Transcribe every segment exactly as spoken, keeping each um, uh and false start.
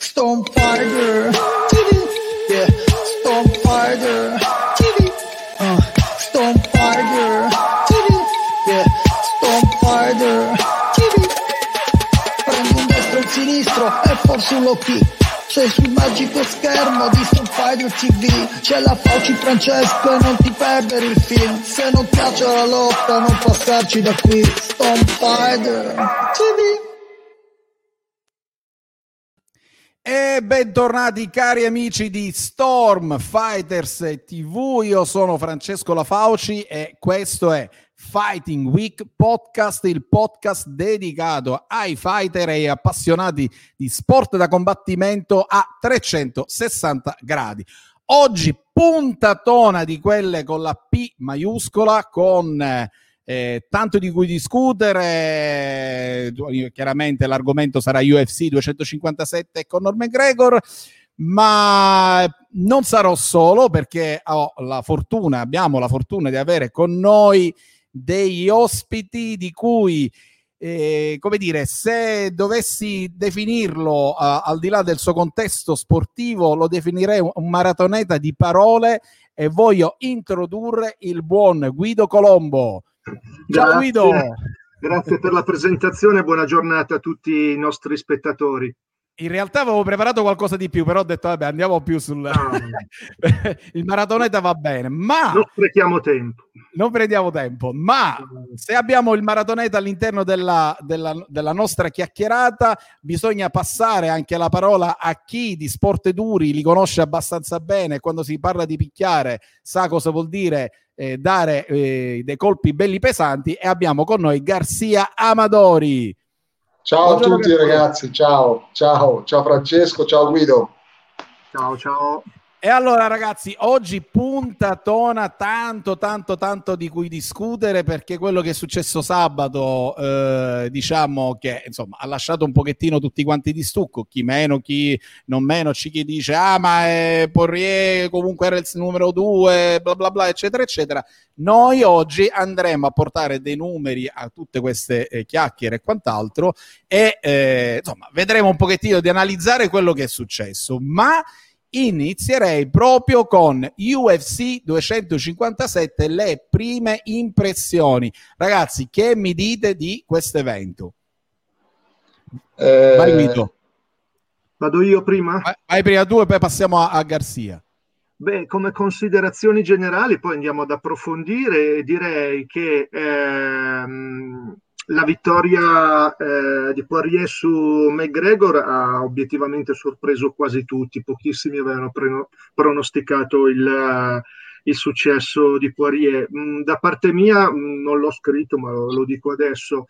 Storm Fighter T V, yeah, Storm Fighter T V, uh, Storm Fighter T V, yeah, Storm Fighter T V. Prendi un destro e un sinistro e forse un low kick. Sei sul magico schermo di Storm Fighter T V. C'è la Fauci Francesco e non ti perdere il film. Se non piace la lotta non passarci da qui. Storm Fighter T V. E bentornati cari amici di Storm Fighters T V, io sono Francesco La Fauci e questo è Fighting Week Podcast, il podcast dedicato ai fighter e ai appassionati di sport da combattimento a trecentosessanta gradi. Oggi puntatona di quelle con la P maiuscola, con Eh, tanto di cui discutere. Eh, chiaramente l'argomento sarà U F C duecentocinquantasette con Conor McGregor, ma non sarò solo perché ho la fortuna, abbiamo la fortuna di avere con noi degli ospiti di cui eh, come dire, se dovessi definirlo uh, al di là del suo contesto sportivo, lo definirei un, un maratoneta di parole, e voglio introdurre il buon Guido Colombo. Ciao Grazie. Guido. Grazie per la presentazione, buona giornata a tutti i nostri spettatori. In realtà avevo preparato qualcosa di più, però ho detto vabbè, andiamo più sul Ah. il maratoneta va bene, ma non sprechiamo tempo. Non prendiamo tempo, ma se abbiamo il maratoneta all'interno della, della, della nostra chiacchierata, bisogna passare anche la parola a chi di sport duri li conosce abbastanza bene. Quando si parla di picchiare sa cosa vuol dire eh, dare eh, dei colpi belli pesanti, e abbiamo con noi Garcia Amadori. Ciao Buongiorno a tutti Garcia. Ragazzi, ciao, ciao, ciao Francesco, ciao Guido. Ciao, ciao. E allora ragazzi, oggi puntatona tanto tanto tanto di cui discutere, perché quello che è successo sabato eh, diciamo che insomma ha lasciato un pochettino tutti quanti di stucco, chi meno, chi non meno, c'è chi dice ah ma eh, Poirier comunque era il numero due, bla bla bla eccetera eccetera. Noi oggi andremo a portare dei numeri a tutte queste eh, chiacchiere e quant'altro, e eh, insomma vedremo un pochettino di analizzare quello che è successo, ma inizierei proprio con U F C duecentocinquantasette, le prime impressioni. Ragazzi, che mi dite di questo evento? Eh... Vai Guido. Vado io prima? Vai, vai prima tu e poi passiamo a, a Garcia. Beh, come considerazioni generali, poi andiamo ad approfondire, direi che ehm, la vittoria eh, di Poirier su McGregor ha obiettivamente sorpreso quasi tutti. Pochissimi avevano pre- pronosticato il, il successo di Poirier. Da parte mia, non l'ho scritto ma lo, lo dico adesso,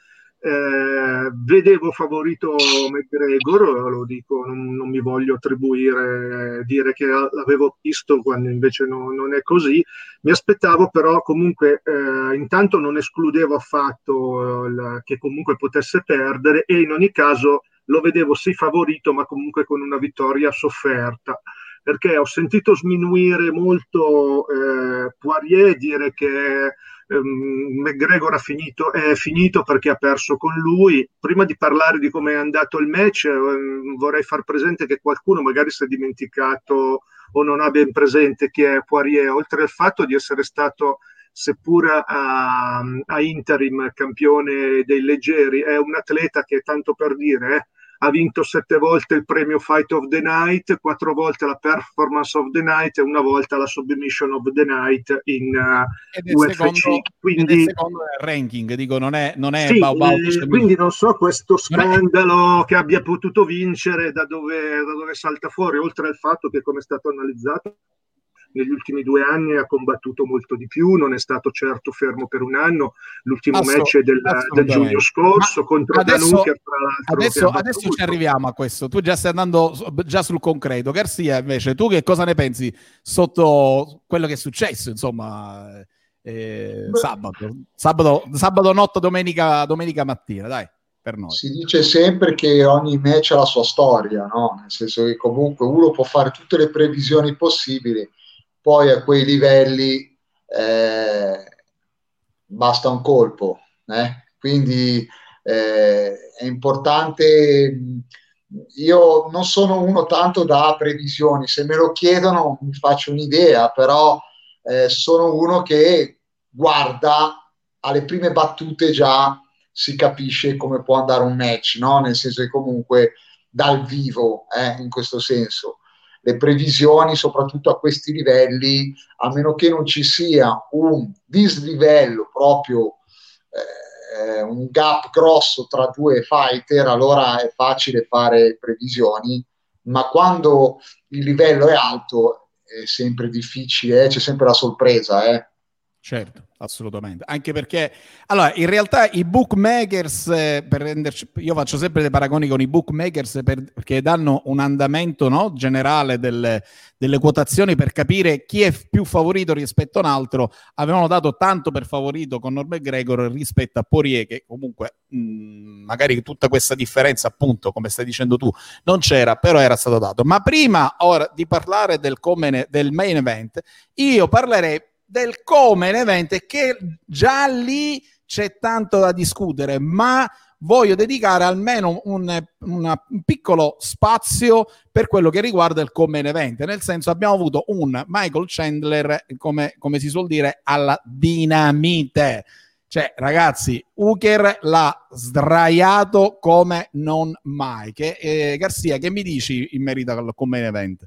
eh, vedevo favorito McGregor, lo dico, non, non mi voglio attribuire, dire che l'avevo visto quando invece no, non è così. Mi aspettavo però comunque, eh, intanto non escludevo affatto il, che comunque potesse perdere, e in ogni caso lo vedevo sì favorito ma comunque con una vittoria sofferta, perché ho sentito sminuire molto eh, Poirier, dire che Um, McGregor ha finito, è finito perché ha perso con lui. Prima di parlare di come è andato il match, um, vorrei far presente che qualcuno magari si è dimenticato o non ha ben presente chi è Poirier, oltre al fatto di essere stato, seppur a, a interim, campione dei leggeri. È un atleta che, tanto per dire, eh, ha vinto sette volte il premio Fight of the Night, quattro volte la Performance of the Night e una volta la Submission of the Night in uh, U F C. Secondo, quindi ed è secondo il ranking, dico, non è, non è sì, Bau Bau, eh, quindi non so questo scandalo è... che abbia potuto vincere da dove, da dove salta fuori, oltre al fatto che, come è stato analizzato, negli ultimi due anni ha combattuto molto di più, non è stato certo fermo per un anno. L'ultimo Assolut- match è del, del giugno scorso ma contro adesso, Danu, che tra l'altro adesso, adesso ci arriviamo a questo. Tu già stai andando già sul concreto. Garcia, invece, tu che cosa ne pensi sotto quello che è successo, insomma, eh, sabato, sabato, sabato notte, domenica, domenica mattina, dai. Per noi. Si dice sempre che ogni match ha la sua storia, no? Nel senso che comunque uno può fare tutte le previsioni possibili, poi a quei livelli eh, basta un colpo, eh? Quindi eh, è importante io non sono uno tanto da previsioni, se me lo chiedono mi faccio un'idea, però eh, sono uno che guarda alle prime battute, già si capisce come può andare un match, no? Nel senso che comunque dal vivo, eh, in questo senso. Le previsioni, soprattutto a questi livelli, a meno che non ci sia un dislivello proprio, eh, un gap grosso tra due fighter, allora è facile fare previsioni, ma quando il livello è alto è sempre difficile, eh? C'è sempre la sorpresa, eh? Certo, assolutamente. Anche perché, allora, in realtà i bookmakers, eh, per renderci, io faccio sempre dei paragoni con i bookmakers per, perché danno un andamento, no, generale delle, delle quotazioni per capire chi è più favorito rispetto a un altro. Avevano dato tanto per favorito Conor McGregor rispetto a Poirier, che comunque mh, magari tutta questa differenza, appunto, come stai dicendo tu, non c'era, però era stato dato. Ma prima ora di parlare del, come, del main event, io parlerei del come event, che già lì c'è tanto da discutere, ma voglio dedicare almeno un, una, un piccolo spazio per quello che riguarda il come event, nel senso abbiamo avuto un Michael Chandler, come, come si suol dire, alla dinamite. Cioè, ragazzi, Hooker l'ha sdraiato come non mai. Che, eh, Garcia, che mi dici in merito al come event?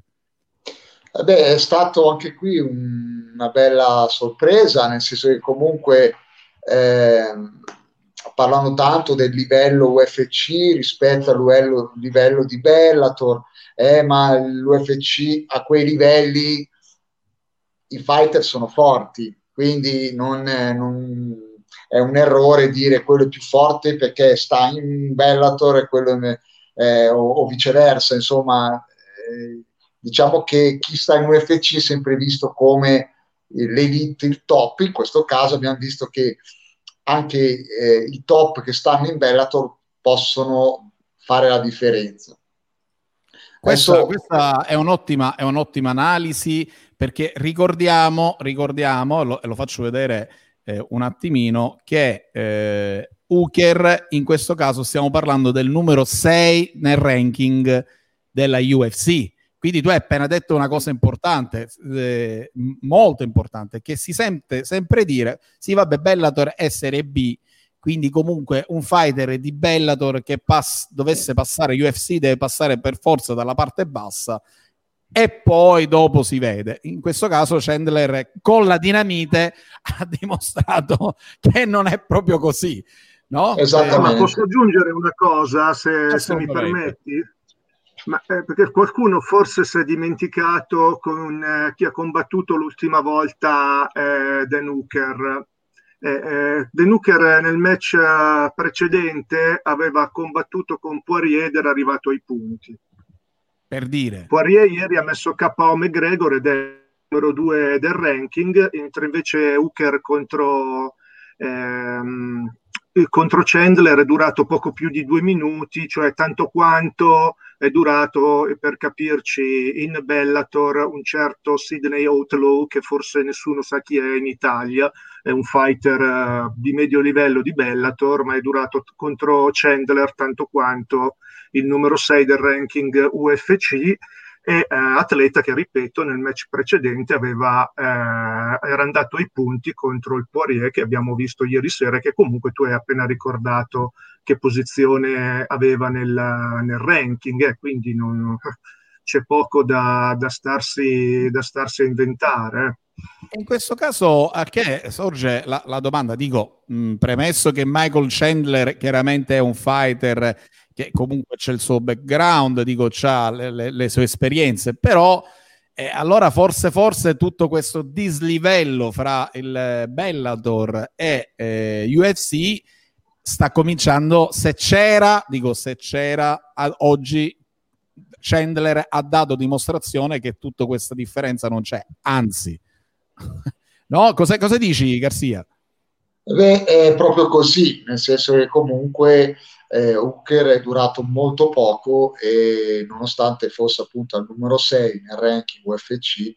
Beh, è stato anche qui un, una bella sorpresa, nel senso che comunque eh, parlano tanto del livello U F C rispetto al livello, livello di Bellator, eh, ma l'U F C a quei livelli i fighter sono forti, quindi non, non, è un errore dire quello è più forte perché sta in Bellator e quello è, eh, o, o viceversa, insomma. Eh, Diciamo che chi sta in U F C è sempre visto come l'elite, il top. In questo caso abbiamo visto che anche eh, i top che stanno in Bellator possono fare la differenza. Questa, Adesso... questa è un'ottima, è un'ottima analisi, perché ricordiamo, ricordiamo, lo, lo faccio vedere eh, un attimino, che eh, Hooker, in questo caso stiamo parlando del numero sei nel ranking della U F C. Quindi tu hai appena detto una cosa importante, eh, molto importante, che si sente sempre dire, sì vabbè, Bellator è Serie B, quindi comunque un fighter di Bellator che pass- dovesse passare U F C deve passare per forza dalla parte bassa e poi dopo si vede. In questo caso Chandler con la dinamite ha dimostrato che non è proprio così, no? Esattamente. Eh, ma posso aggiungere una cosa, se, se mi permetti? Ma, eh, perché qualcuno forse si è dimenticato con eh, chi ha combattuto l'ultima volta eh, Dan Hooker. Eh, eh, Dan Hooker nel match precedente aveva combattuto con Poirier ed era arrivato ai punti. Per dire. Poirier ieri ha messo K O McGregor ed è il numero due del ranking, mentre invece Hooker contro... Ehm, contro Chandler è durato poco più di due minuti, cioè tanto quanto è durato, per capirci, in Bellator un certo Sidney Outlaw, che forse nessuno sa chi è in Italia, è un fighter uh, di medio livello di Bellator, ma è durato t- contro Chandler tanto quanto il numero sei del ranking U F C, e eh, atleta che, ripeto, nel match precedente aveva, eh, era andato ai punti contro il Poirier che abbiamo visto ieri sera, che comunque tu hai appena ricordato che posizione aveva nel, nel ranking, e eh, quindi non, c'è poco da, da, starsi, da starsi a inventare. In questo caso a che sorge la, la domanda, dico, mh, premesso che Michael Chandler chiaramente è un fighter che comunque c'è il suo background, dico, c'ha le, le, le sue esperienze, però eh, allora forse forse tutto questo dislivello fra il Bellator e eh, U F C sta cominciando, se c'era, dico se c'era, ad oggi Chandler ha dato dimostrazione che tutta questa differenza non c'è, anzi. No, cosa, cosa dici, Garcia? Beh, è proprio così, nel senso che comunque eh, Hooker è durato molto poco e nonostante fosse appunto al numero sei nel ranking U F C,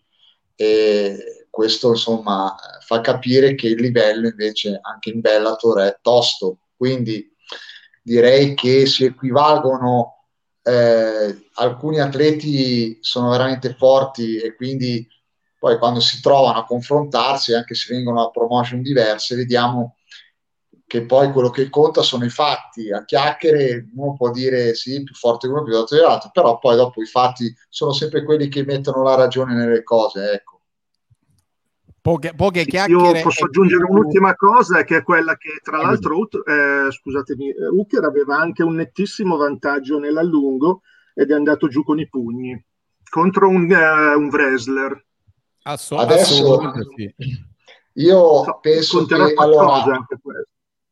e questo insomma fa capire che il livello invece anche in Bellator è tosto, quindi direi che si equivalgono eh, alcuni atleti sono veramente forti e quindi poi quando si trovano a confrontarsi, anche se vengono a promotion diverse, vediamo che poi quello che conta sono i fatti. A chiacchiere uno può dire sì, più forte uno, più forte dell'altro, però poi dopo i fatti sono sempre quelli che mettono la ragione nelle cose, ecco. Poche, poche Sì, chiacchiere. io posso e aggiungere più... un'ultima cosa, che è quella che tra Vai così. l'altro Ut- eh, scusatemi, eh, Hooker aveva anche un nettissimo vantaggio nell'allungo ed è andato giù con i pugni contro un, eh, un wrestler. Asso- Adesso assolutamente sì. io So, penso conterà che qualcosa allora, anche questo.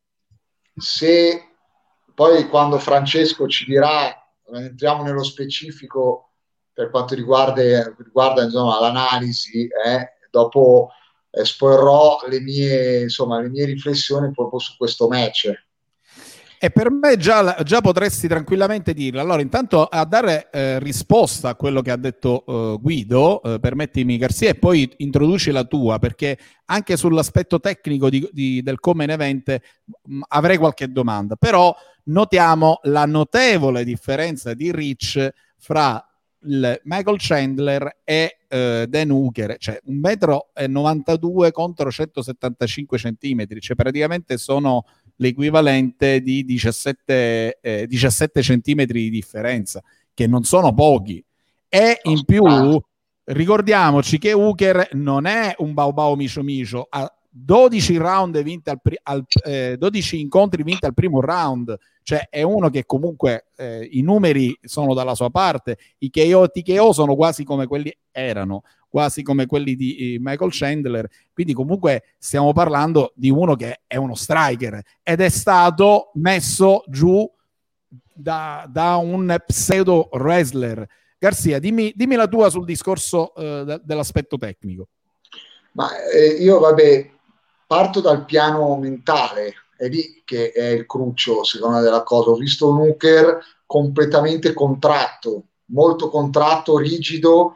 se poi quando Francesco ci dirà, entriamo nello specifico per quanto riguarda, riguarda insomma, l'analisi, eh, dopo esporrò le mie, insomma, le mie riflessioni proprio su questo match. E per me già, già potresti tranquillamente dirlo. Allora, intanto a dare eh, risposta a quello che ha detto eh, Guido, eh, permettimi Garzia, e poi introduci la tua, perché anche sull'aspetto tecnico di, di, del Common Event mh, avrei qualche domanda. Però notiamo la notevole differenza di reach fra il Michael Chandler e eh, Dan Hooker, cioè un metro e novantadue contro centosettantacinque centimetri, cioè praticamente sono l'equivalente di diciassette, eh, diciassette centimetri di differenza, che non sono pochi. E in più ricordiamoci che Hooker non è un Bau Bau Micio Micio, ha dodici round vinti al, pri- al eh, dodici incontri vinti al primo round, cioè è uno che comunque eh, i numeri sono dalla sua parte, i K O T K O sono quasi come quelli erano quasi come quelli di Michael Chandler, quindi comunque stiamo parlando di uno che è uno striker ed è stato messo giù da, da un pseudo wrestler. Garzia, dimmi, dimmi la tua sul discorso eh, dell'aspetto tecnico. Ma eh, io vabbè parto dal piano mentale, è lì che è il cruccio secondo me della cosa. Ho visto un Hooker completamente contratto, molto contratto, rigido,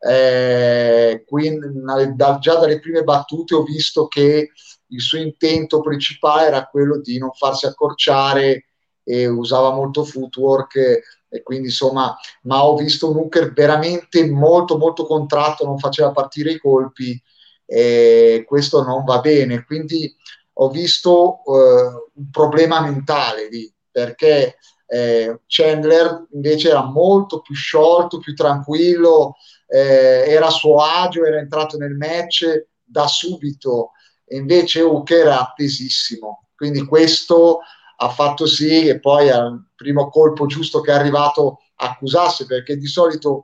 eh, quindi da, già dalle prime battute ho visto che il suo intento principale era quello di non farsi accorciare e usava molto footwork e quindi insomma, ma ho visto un Hooker veramente molto molto contratto, non faceva partire i colpi e questo non va bene, quindi ho visto eh, un problema mentale lì, perché eh, Chandler invece era molto più sciolto, più tranquillo, eh, era a suo agio, era entrato nel match da subito, e invece Hooker era attesissimo, quindi questo ha fatto sì che poi al primo colpo giusto che è arrivato accusasse, perché di solito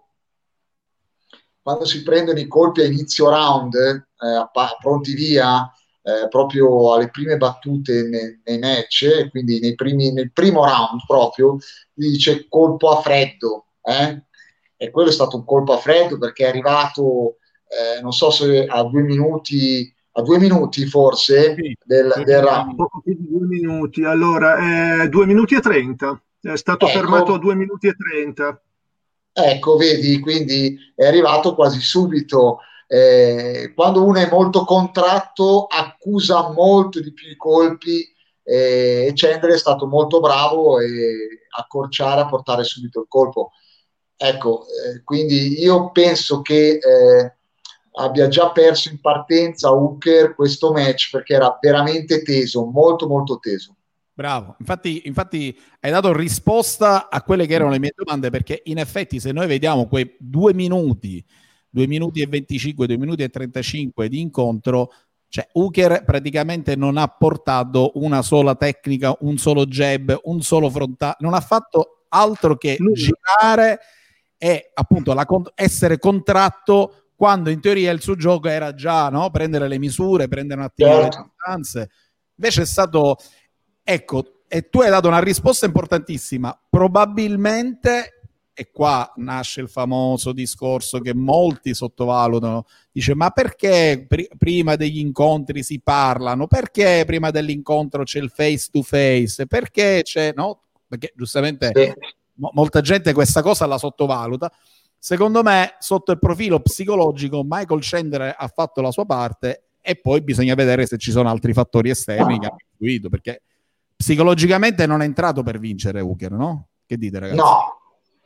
quando si prendono i colpi a inizio round, eh, pronti via, eh, proprio alle prime battute nei, nei match, quindi nei primi, nel primo round proprio, gli dice colpo a freddo, eh? E quello è stato un colpo a freddo perché è arrivato, eh, non so se a due minuti, a due minuti forse, Sì, del, del round. Poco più di due minuti. Allora, eh, due minuti e trenta. È stato fermato a Ecco, due minuti e trenta. Ecco, vedi, quindi è arrivato quasi subito. Eh, quando uno è molto contratto, accusa molto di più i colpi eh, e Chandler è stato molto bravo e accorciare, a portare subito il colpo. Ecco, eh, quindi io penso che eh, abbia già perso in partenza Hooker questo match perché era veramente teso, molto molto teso. Bravo, infatti, infatti hai dato risposta a quelle che erano le mie domande, perché in effetti se noi vediamo quei due minuti, due minuti e venticinque, due minuti e trentacinque di incontro, cioè Hooker praticamente non ha portato una sola tecnica, un solo jab, un solo frontale, non ha fatto altro che Nulla. girare e appunto la, essere contratto quando in teoria il suo gioco era già no? prendere le misure, prendere un attimino Certo. le distanze. Invece è stato... Ecco, e tu hai dato una risposta importantissima. Probabilmente, e qua nasce il famoso discorso che molti sottovalutano, dice ma perché pr- prima degli incontri si parlano? Perché prima dell'incontro c'è il face to face? Perché c'è, no? Perché giustamente Sì. mo- molta gente questa cosa la sottovaluta. Secondo me, sotto il profilo psicologico, Michael Chandler ha fatto la sua parte e poi bisogna vedere se ci sono altri fattori esterni che hanno influito, perché psicologicamente non è entrato per vincere Hooker, no? Che dite, ragazzi? No,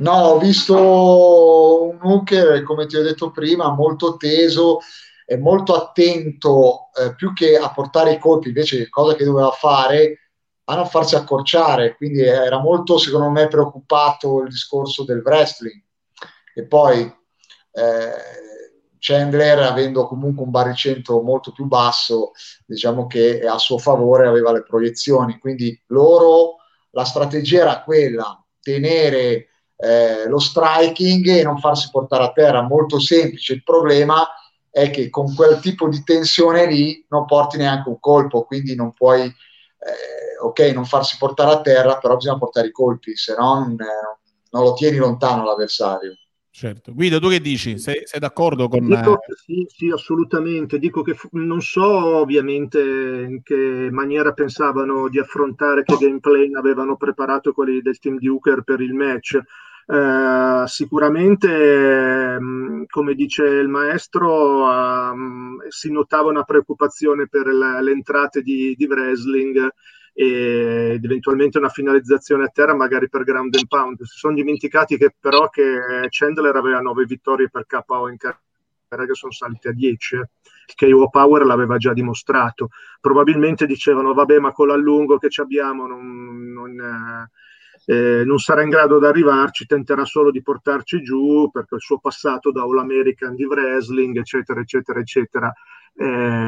No, ho visto un Hooker, come ti ho detto prima, molto teso e molto attento, eh, più che a portare i colpi, invece cosa che doveva fare, a non farsi accorciare. Quindi era molto, secondo me, preoccupato il discorso del wrestling. E poi eh, Chandler, avendo comunque un baricentro molto più basso, diciamo che a suo favore aveva le proiezioni. Quindi loro, la strategia era quella, tenere Eh, lo striking e non farsi portare a terra, molto semplice. Il problema è che con quel tipo di tensione lì non porti neanche un colpo, quindi non puoi, eh, ok, non farsi portare a terra, però bisogna portare i colpi, se no non, eh, non lo tieni lontano l'avversario. Certo. Guido, tu che dici? Sei, sei d'accordo con... Dico, sì, sì, assolutamente. Dico che fu- non so ovviamente in che maniera pensavano di affrontare, che gameplay avevano preparato quelli del team di Hooker per il match. Eh, sicuramente, mh, come dice il maestro, ehm, si notava una preoccupazione per la- le entrate di, di wrestling ed eventualmente una finalizzazione a terra magari per ground and pound. Si sono dimenticati che però che Chandler aveva nove vittorie per K O in carriera, che sono salite a dieci. Il K O Power l'aveva già dimostrato. Probabilmente dicevano vabbè, ma con l'allungo che ci abbiamo non, non, eh, non sarà in grado di arrivarci, tenterà solo di portarci giù perché il suo passato da All American di wrestling, eccetera eccetera eccetera. Eh,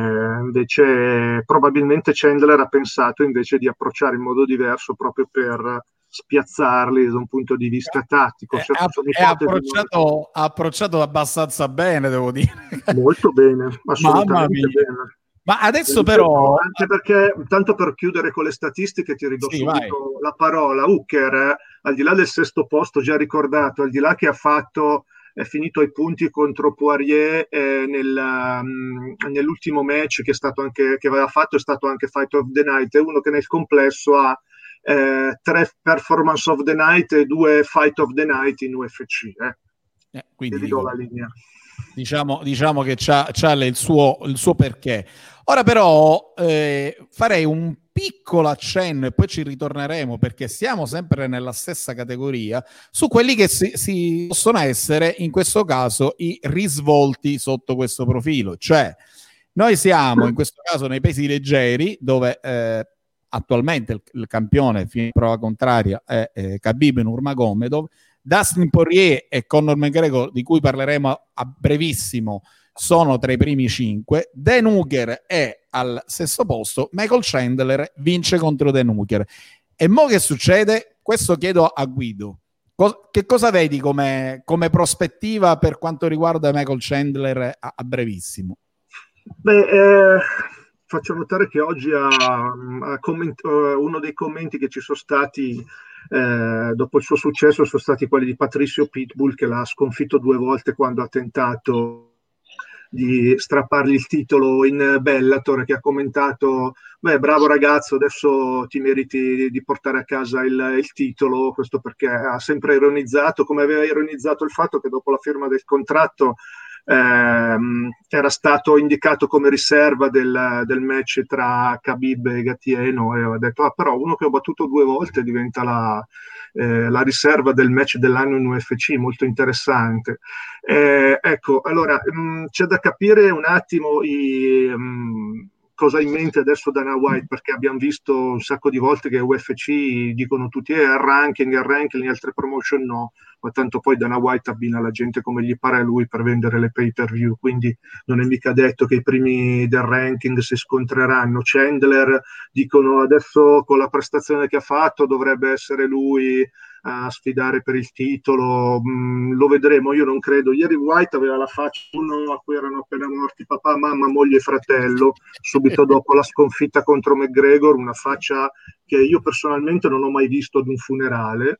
invece probabilmente Chandler ha pensato invece di approcciare in modo diverso proprio per spiazzarli da un punto di vista tattico. È, Certo, sono è ipotesi approcciato, ha approcciato abbastanza bene, devo dire. molto bene, Mamma assolutamente mia. bene. Ma adesso Ripeto, però... anche perché, tanto per chiudere con le statistiche, ti ridò Sì, vai. subito la parola. Hooker, eh, al di là del sesto posto già ricordato, al di là che ha fatto, è finito ai punti contro Poirier eh, nel, um, nell'ultimo match che, è stato anche, che aveva fatto, è stato anche Fight of the Night, è uno che nel complesso ha eh, tre Performance of the Night e due Fight of the Night in U F C. Eh. Eh, quindi Ti ridò dico, la linea. diciamo, diciamo che c'ha, c'ha il, suo, il suo perché. Ora però eh, farei un piccolo accenno e poi ci ritorneremo perché siamo sempre nella stessa categoria su quelli che si, si possono essere in questo caso i risvolti sotto questo profilo. Cioè noi siamo in questo caso nei pesi leggeri dove eh, attualmente il, il campione fino a prova contraria è eh, Khabib Nurmagomedov. Dustin Poirier e Conor McGregor, di cui parleremo a brevissimo, sono tra i primi cinque. Dan Hooker è al sesto posto. Michael Chandler vince contro Dan Hooker. E mo che succede? Questo chiedo a Guido. Co- che cosa vedi come, come prospettiva per quanto riguarda Michael Chandler a, a brevissimo? Beh, eh, faccio notare che oggi ha, ha comment- uno dei commenti che ci sono stati eh, dopo il suo successo sono stati quelli di Patricio Pitbull, che l'ha sconfitto due volte quando ha tentato di strappargli il titolo in Bellator, che ha commentato: beh, bravo ragazzo, adesso ti meriti di portare a casa il, il titolo. Questo perché ha sempre ironizzato, come aveva ironizzato il fatto che dopo la firma del contratto ehm, era stato indicato come riserva del, del match tra Khabib e Gatieno, e aveva detto: ah, però uno che ho battuto due volte diventa la, eh, la riserva del match dell'anno in U F C, molto interessante. Eh, ecco, allora mh, c'è da capire un attimo i, mh, cosa ha in mente adesso Dana White, perché abbiamo visto un sacco di volte che U F C dicono tutti eh, il ranking, il ranking, in altre promotion no, ma tanto poi Dana White abbina la gente come gli pare a lui per vendere le pay per view, quindi non è mica detto che i primi del ranking si scontreranno. Chandler, dicono adesso con la prestazione che ha fatto dovrebbe essere lui a sfidare per il titolo, mm, lo vedremo, io non credo. Ieri White aveva la faccia uno a cui erano appena morti papà, mamma, moglie e fratello, subito dopo la sconfitta contro McGregor, una faccia che io personalmente non ho mai visto ad un funerale.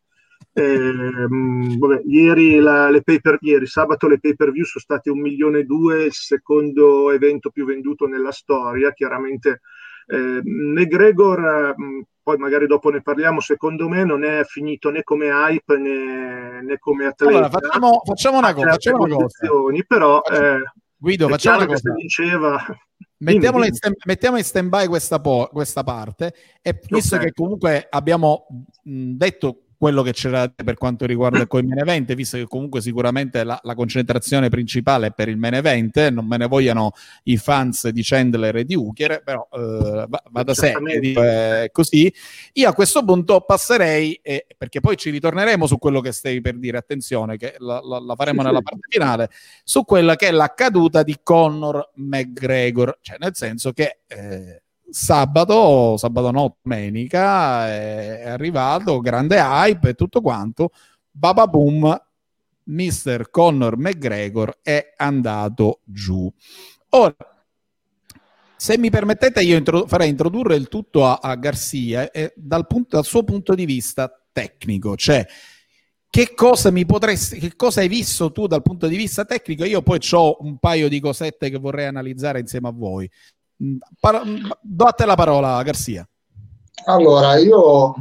Eh, mh, vabbè, ieri, la, le pay per, ieri sabato le pay per view sono state un milione e due, il secondo evento più venduto nella storia. Chiaramente eh, McGregor, mh, poi magari dopo ne parliamo, secondo me non è finito né come hype né, né come atleta. Allora facciamo, facciamo una cosa, facciamo una cosa. Però eh, Guido, è facciamo una chiaro cosa. che se diceva Mettiamola in stand, mettiamo in stand by questa, po- questa parte e visto okay. che comunque abbiamo mh, detto quello che c'era per quanto riguarda coi main event, visto che comunque sicuramente la, la concentrazione principale è per il main event, non me ne vogliano i fans di Chandler e di Hooker, però eh, va, va da sé che dico, è così. Io a questo punto passerei, eh, perché poi ci ritorneremo su quello che stai per dire, attenzione che la, la, la faremo sì, nella sì. parte finale, su quella che è la caduta di Conor McGregor, cioè nel senso che eh, sabato, sabato notte, domenica è arrivato, grande hype e tutto quanto, baba boom, mister Conor McGregor è andato giù. Ora, se mi permettete, io intro- farei introdurre il tutto a, a Garcia e dal, punto, dal suo punto di vista tecnico, cioè che cosa mi potresti, che cosa hai visto tu dal punto di vista tecnico? Io poi ho un paio di cosette che vorrei analizzare insieme a voi. Par- do a te la parola, Garcia. Allora, io,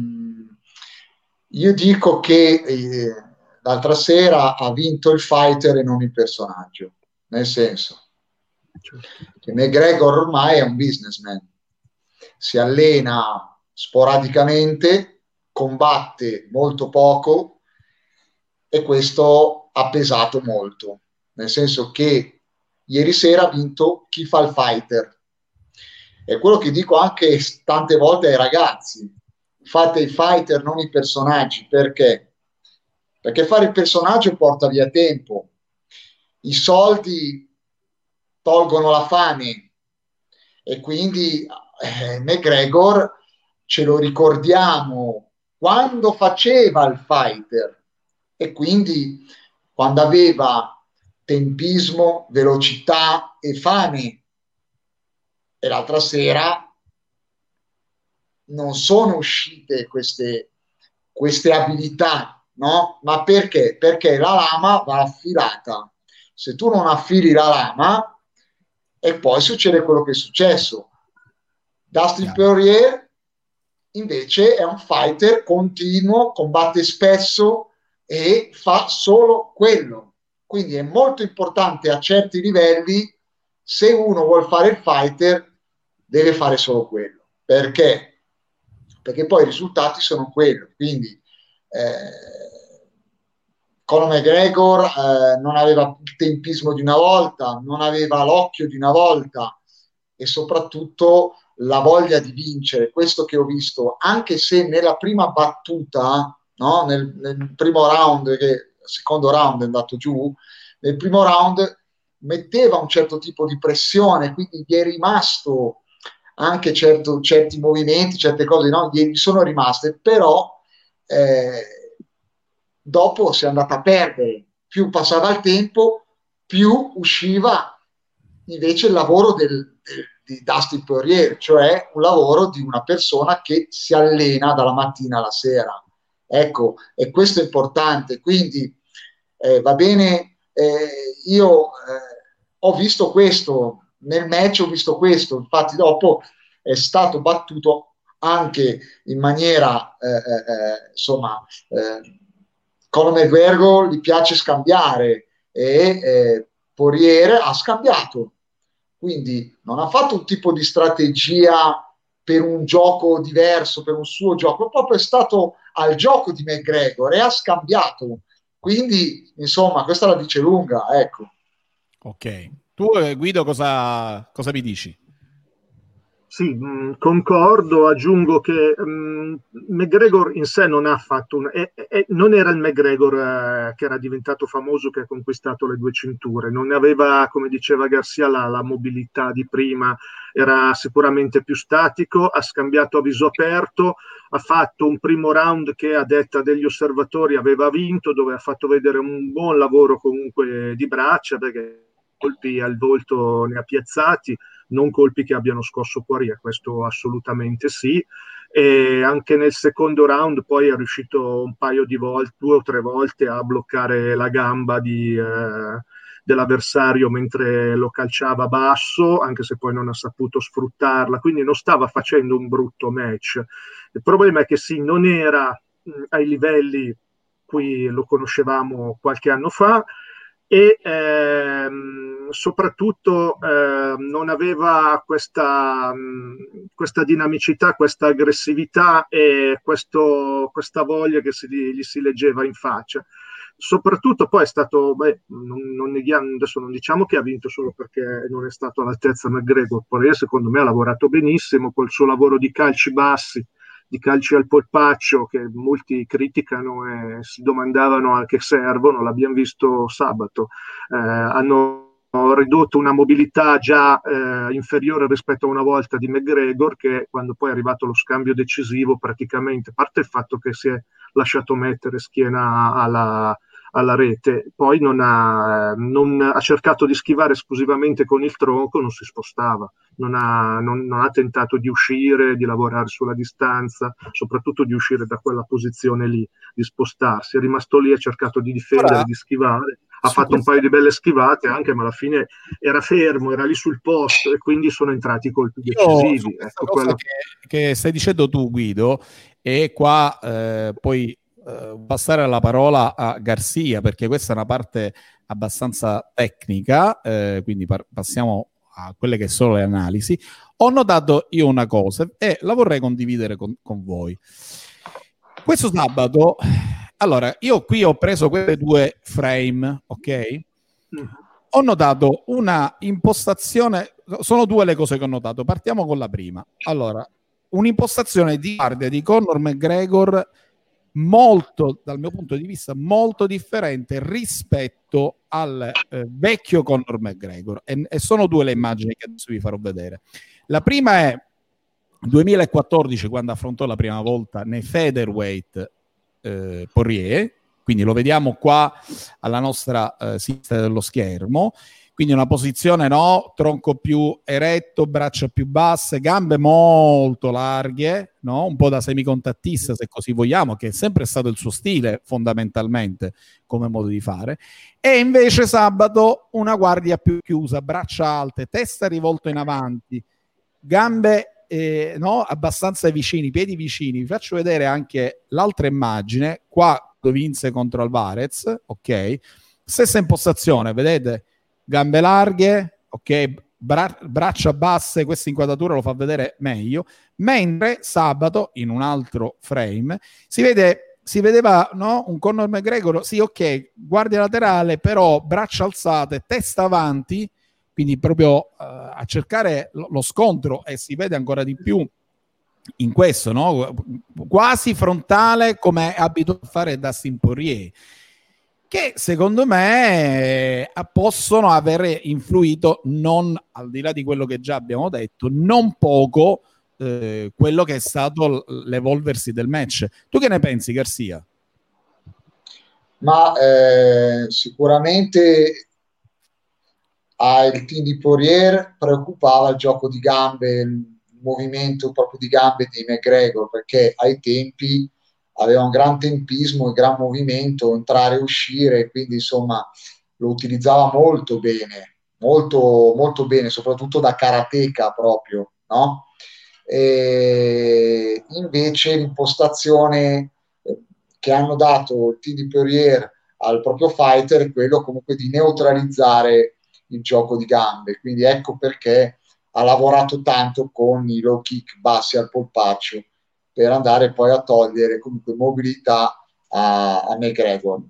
io dico che eh, l'altra sera ha vinto il fighter e non il personaggio, nel senso che McGregor ormai è un businessman, si allena sporadicamente, combatte molto poco e questo ha pesato molto, nel senso che ieri sera ha vinto chi fa il fighter. È quello che dico anche tante volte ai ragazzi: fate i fighter, non i personaggi. Perché? Perché fare il personaggio porta via tempo, i soldi tolgono la fame e quindi eh, McGregor ce lo ricordiamo quando faceva il fighter e quindi quando aveva tempismo, velocità e fame. E l'altra sera non sono uscite queste, queste abilità, no? Ma perché? Perché la lama va affilata. Se tu non affili la lama, e poi succede quello che è successo. Dustin Poirier invece è un fighter continuo, combatte spesso e fa solo quello. Quindi è molto importante a certi livelli, se uno vuole fare il fighter, deve fare solo quello. Perché? Perché poi i risultati sono quelli. Quindi eh, Conor McGregor eh, non aveva il tempismo di una volta, non aveva l'occhio di una volta e soprattutto la voglia di vincere. Questo che ho visto, anche se nella prima battuta, no? nel, nel primo round, che il secondo round è andato giù, nel primo round metteva un certo tipo di pressione, quindi gli è rimasto anche certo, certi movimenti, certe cose, no? Gli sono rimaste, però eh, dopo si è andata a perdere. Più passava il tempo, più usciva invece il lavoro del, del, di Dustin Poirier, cioè un lavoro di una persona che si allena dalla mattina alla sera. Ecco, e questo è importante. Quindi eh, va bene, eh, io eh, ho visto questo, nel match ho visto questo, infatti dopo è stato battuto anche in maniera, eh, eh, insomma, eh, Conor McGregor gli piace scambiare e eh, Poirier ha scambiato, quindi non ha fatto un tipo di strategia per un gioco diverso, per un suo gioco, proprio è stato al gioco di McGregor e ha scambiato, quindi insomma questa la dice lunga, ecco. Ok, tu Guido cosa, cosa mi dici? Sì, mh, concordo, aggiungo che mh, McGregor in sé non ha fatto un, è, è, non era il McGregor eh, che era diventato famoso, che ha conquistato le due cinture, non ne aveva, come diceva Garcia, la, la mobilità di prima, era sicuramente più statico, ha scambiato a viso aperto, ha fatto un primo round che a detta degli osservatori aveva vinto, dove ha fatto vedere un buon lavoro comunque di braccia, perché colpi al volto ne ha piazzati, non colpi che abbiano scosso Poirier, questo assolutamente sì. E anche nel secondo round poi è riuscito un paio di volte, due o tre volte, a bloccare la gamba di, eh, dell'avversario mentre lo calciava basso, anche se poi non ha saputo sfruttarla, quindi non stava facendo un brutto match. Il problema è che sì, non era mh, ai livelli cui lo conoscevamo qualche anno fa, e ehm, soprattutto eh, non aveva questa, mh, questa dinamicità, questa aggressività e questo, questa voglia che si, gli si leggeva in faccia. Soprattutto poi è stato, beh, non, non neghiamo, adesso non diciamo che ha vinto solo perché non è stato all'altezza McGregor, poi secondo me ha lavorato benissimo col suo lavoro di calci bassi, di calci al polpaccio che molti criticano e si domandavano a che servono, l'abbiamo visto sabato, eh, hanno ridotto una mobilità già eh, inferiore rispetto a una volta di McGregor, che quando poi è arrivato lo scambio decisivo praticamente, a parte il fatto che si è lasciato mettere schiena alla alla rete, poi non ha, non ha cercato di schivare esclusivamente con il tronco, non si spostava, non ha, non, non ha tentato di uscire, di lavorare sulla distanza, soprattutto di uscire da quella posizione lì, di spostarsi, è rimasto lì, ha cercato di difendere, Ora, di schivare, ha fatto questo... un paio di belle schivate anche, ma alla fine era fermo, era lì sul posto e quindi sono entrati i colpi decisivi. Ecco, cosa quello... che, che stai dicendo tu, Guido, e qua eh, poi passare la parola a Garcia, perché questa è una parte abbastanza tecnica, eh, quindi par- passiamo a quelle che sono le analisi. Ho notato io una cosa e la vorrei condividere con, con voi. Questo sabato, allora, io qui ho preso queste due frame, ok? Mm. Ho notato una impostazione, sono due le cose che ho notato, partiamo con la prima. Allora, un'impostazione di guardia di Conor McGregor molto, dal mio punto di vista, molto differente rispetto al eh, vecchio Conor McGregor, e, e sono due le immagini che adesso vi farò vedere. La prima è duemilaquattordici, quando affrontò la prima volta nei featherweight eh, Poirier, quindi lo vediamo qua alla nostra eh, sinistra dello schermo, quindi una posizione, no, tronco più eretto, braccia più basse, gambe molto larghe, no, un po' da semicontattista se così vogliamo, che è sempre stato il suo stile fondamentalmente come modo di fare, e invece sabato una guardia più chiusa, braccia alte, testa rivolto in avanti, gambe eh, no, abbastanza vicini, piedi vicini. Vi faccio vedere anche l'altra immagine, qua vinse contro Alvarez, ok, stessa impostazione, vedete? Gambe larghe, ok, bra- braccia basse, questa inquadratura lo fa vedere meglio, mentre sabato in un altro frame si vede, si vedeva, no, un Conor McGregor, sì, ok, guardia laterale, però braccia alzate, testa avanti, quindi proprio uh, a cercare lo, lo scontro, e si vede ancora di più in questo, no? Quasi frontale come è abituato a fare Dustin Poirier, che secondo me eh, possono aver influito, non al di là di quello che già abbiamo detto, non poco eh, quello che è stato l'evolversi del match. Tu che ne pensi, Garcia? Ma eh, sicuramente al team di Poirier preoccupava il gioco di gambe, il movimento proprio di gambe di McGregor, perché ai tempi aveva un gran tempismo, un gran movimento, entrare e uscire, quindi insomma lo utilizzava molto bene, molto, molto bene, soprattutto da karateka proprio, no? E invece l'impostazione che hanno dato il team di Poirier al proprio fighter è quello comunque di neutralizzare il gioco di gambe, quindi ecco perché ha lavorato tanto con i low kick bassi al polpaccio, per andare poi a togliere comunque mobilità a, a McGregor.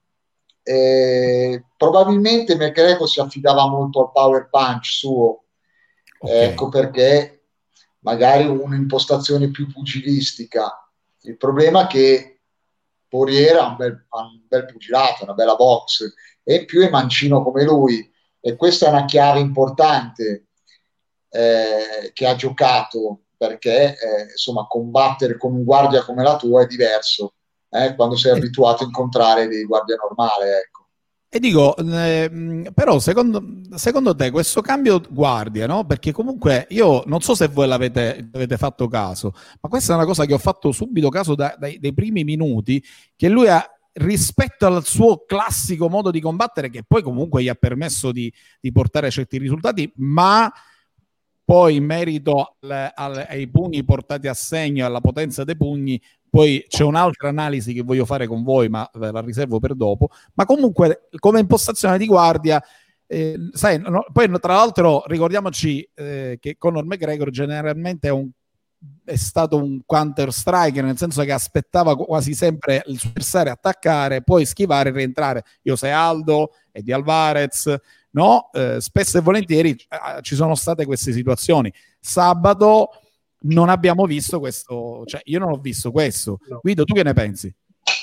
E probabilmente McGregor si affidava molto al power punch suo, okay. Ecco perché magari un'impostazione più pugilistica. Il problema è che Poirier ha un bel, ha un bel pugilato, una bella box, e in più è mancino come lui, e questa è una chiave importante eh, che ha giocato, perché eh, insomma combattere con un guardia come la tua è diverso eh, quando sei abituato a incontrare dei guardie normali, ecco. E dico, eh, però secondo, secondo te questo cambio guardia, no? Perché comunque io non so se voi l'avete, l'avete fatto caso, ma questa è una cosa che ho fatto subito caso da, dai, dai primi minuti, che lui ha, rispetto al suo classico modo di combattere, che poi comunque gli ha permesso di, di portare certi risultati, ma poi in merito al, al, ai pugni portati a segno, alla potenza dei pugni, poi c'è un'altra analisi che voglio fare con voi, ma ve la riservo per dopo. Ma comunque come impostazione di guardia Eh, sai, no, poi tra l'altro ricordiamoci eh, che Conor McGregor generalmente è, un, è stato un counter striker, nel senso che aspettava quasi sempre il suo avversario attaccare, poi schivare e rientrare. José Aldo, Eddie Alvarez, no? Eh, spesso e volentieri eh, ci sono state queste situazioni. Sabato non abbiamo visto questo, cioè io non ho visto questo. No. Guido, tu che ne pensi?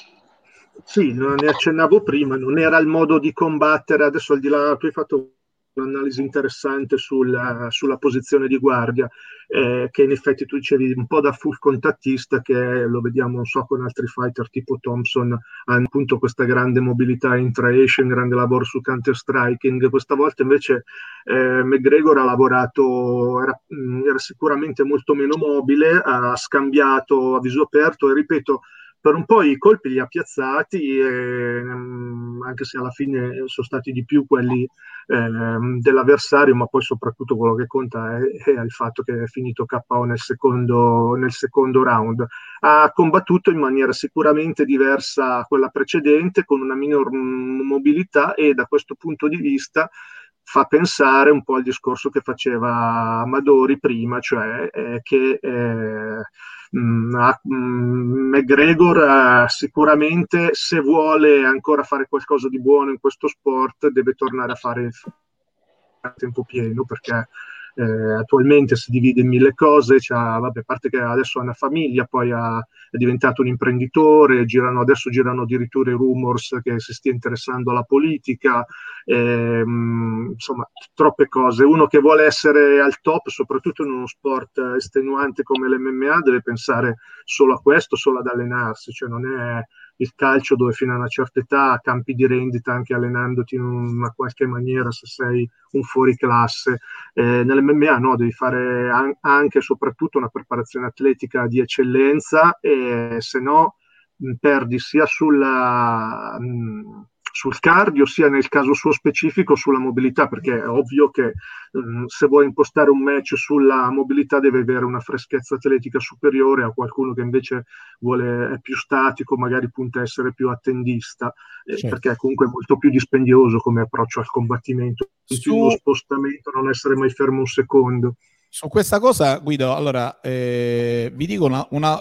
Sì, ne accennavo prima, non era il modo di combattere. Adesso al di là, tu hai fatto un'analisi interessante sul, sulla posizione di guardia, eh, che in effetti tu dicevi un po' da full contattista, che lo vediamo, non so, con altri fighter tipo Thompson, hanno appunto questa grande mobilità intra-esce, un grande lavoro su counter-striking. Questa volta invece eh, McGregor ha lavorato, era, era sicuramente molto meno mobile, ha scambiato a viso aperto e ripeto, per un po' i colpi li ha piazzati, e, anche se alla fine sono stati di più quelli eh, dell'avversario, ma poi soprattutto quello che conta è, è il fatto che è finito K O nel secondo, nel secondo round. Ha combattuto in maniera sicuramente diversa a quella precedente, con una minor mobilità, e da questo punto di vista fa pensare un po' al discorso che faceva Amadori prima, cioè eh, che eh, mh, mh, McGregor eh, sicuramente, se vuole ancora fare qualcosa di buono in questo sport, deve tornare a fare il a tempo pieno, perché eh, attualmente si divide in mille cose. C'ha, vabbè, a parte che adesso ha una famiglia, poi ha, è diventato un imprenditore, girano, adesso girano addirittura i rumors che si stia interessando alla politica, ehm, insomma troppe cose. Uno che vuole essere al top, soprattutto in uno sport estenuante come l'M M A, deve pensare solo a questo, solo ad allenarsi, cioè non è il calcio dove fino a una certa età campi di rendita anche allenandoti in una qualche maniera se sei un fuoriclasse. Eh, nell'M M A no, devi fare an- anche e soprattutto una preparazione atletica di eccellenza, e se no mh, perdi sia sulla, mh, sul cardio, sia nel caso suo specifico sulla mobilità, perché è ovvio che mh, se vuoi impostare un match sulla mobilità deve avere una freschezza atletica superiore a qualcuno che invece vuole, è più statico, magari punta a essere più attendista, eh, Certo. perché è comunque molto più dispendioso come approccio al combattimento, Su... uno spostamento, non essere mai fermo un secondo. Su questa cosa, Guido, allora eh, vi dico una, una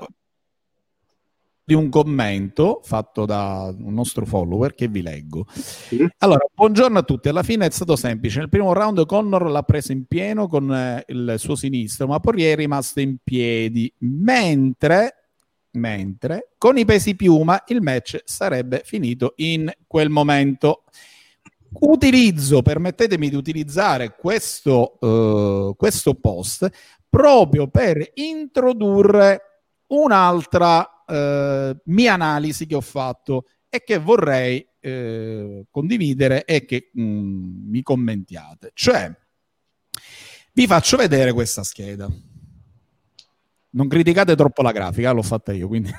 di un commento fatto da un nostro follower che vi leggo. Sì. Allora, buongiorno a tutti. Alla fine è stato semplice. Nel primo round Conor l'ha preso in pieno con eh, il suo sinistro, ma Poirier è rimasto in piedi, mentre, mentre con i pesi piuma il match sarebbe finito in quel momento. Utilizzo, permettetemi di utilizzare questo, uh, questo post proprio per introdurre un'altra Uh, mia analisi che ho fatto e che vorrei uh, condividere e che um, mi commentiate. Cioè, vi faccio vedere questa scheda. Non criticate troppo la grafica, l'ho fatta io, quindi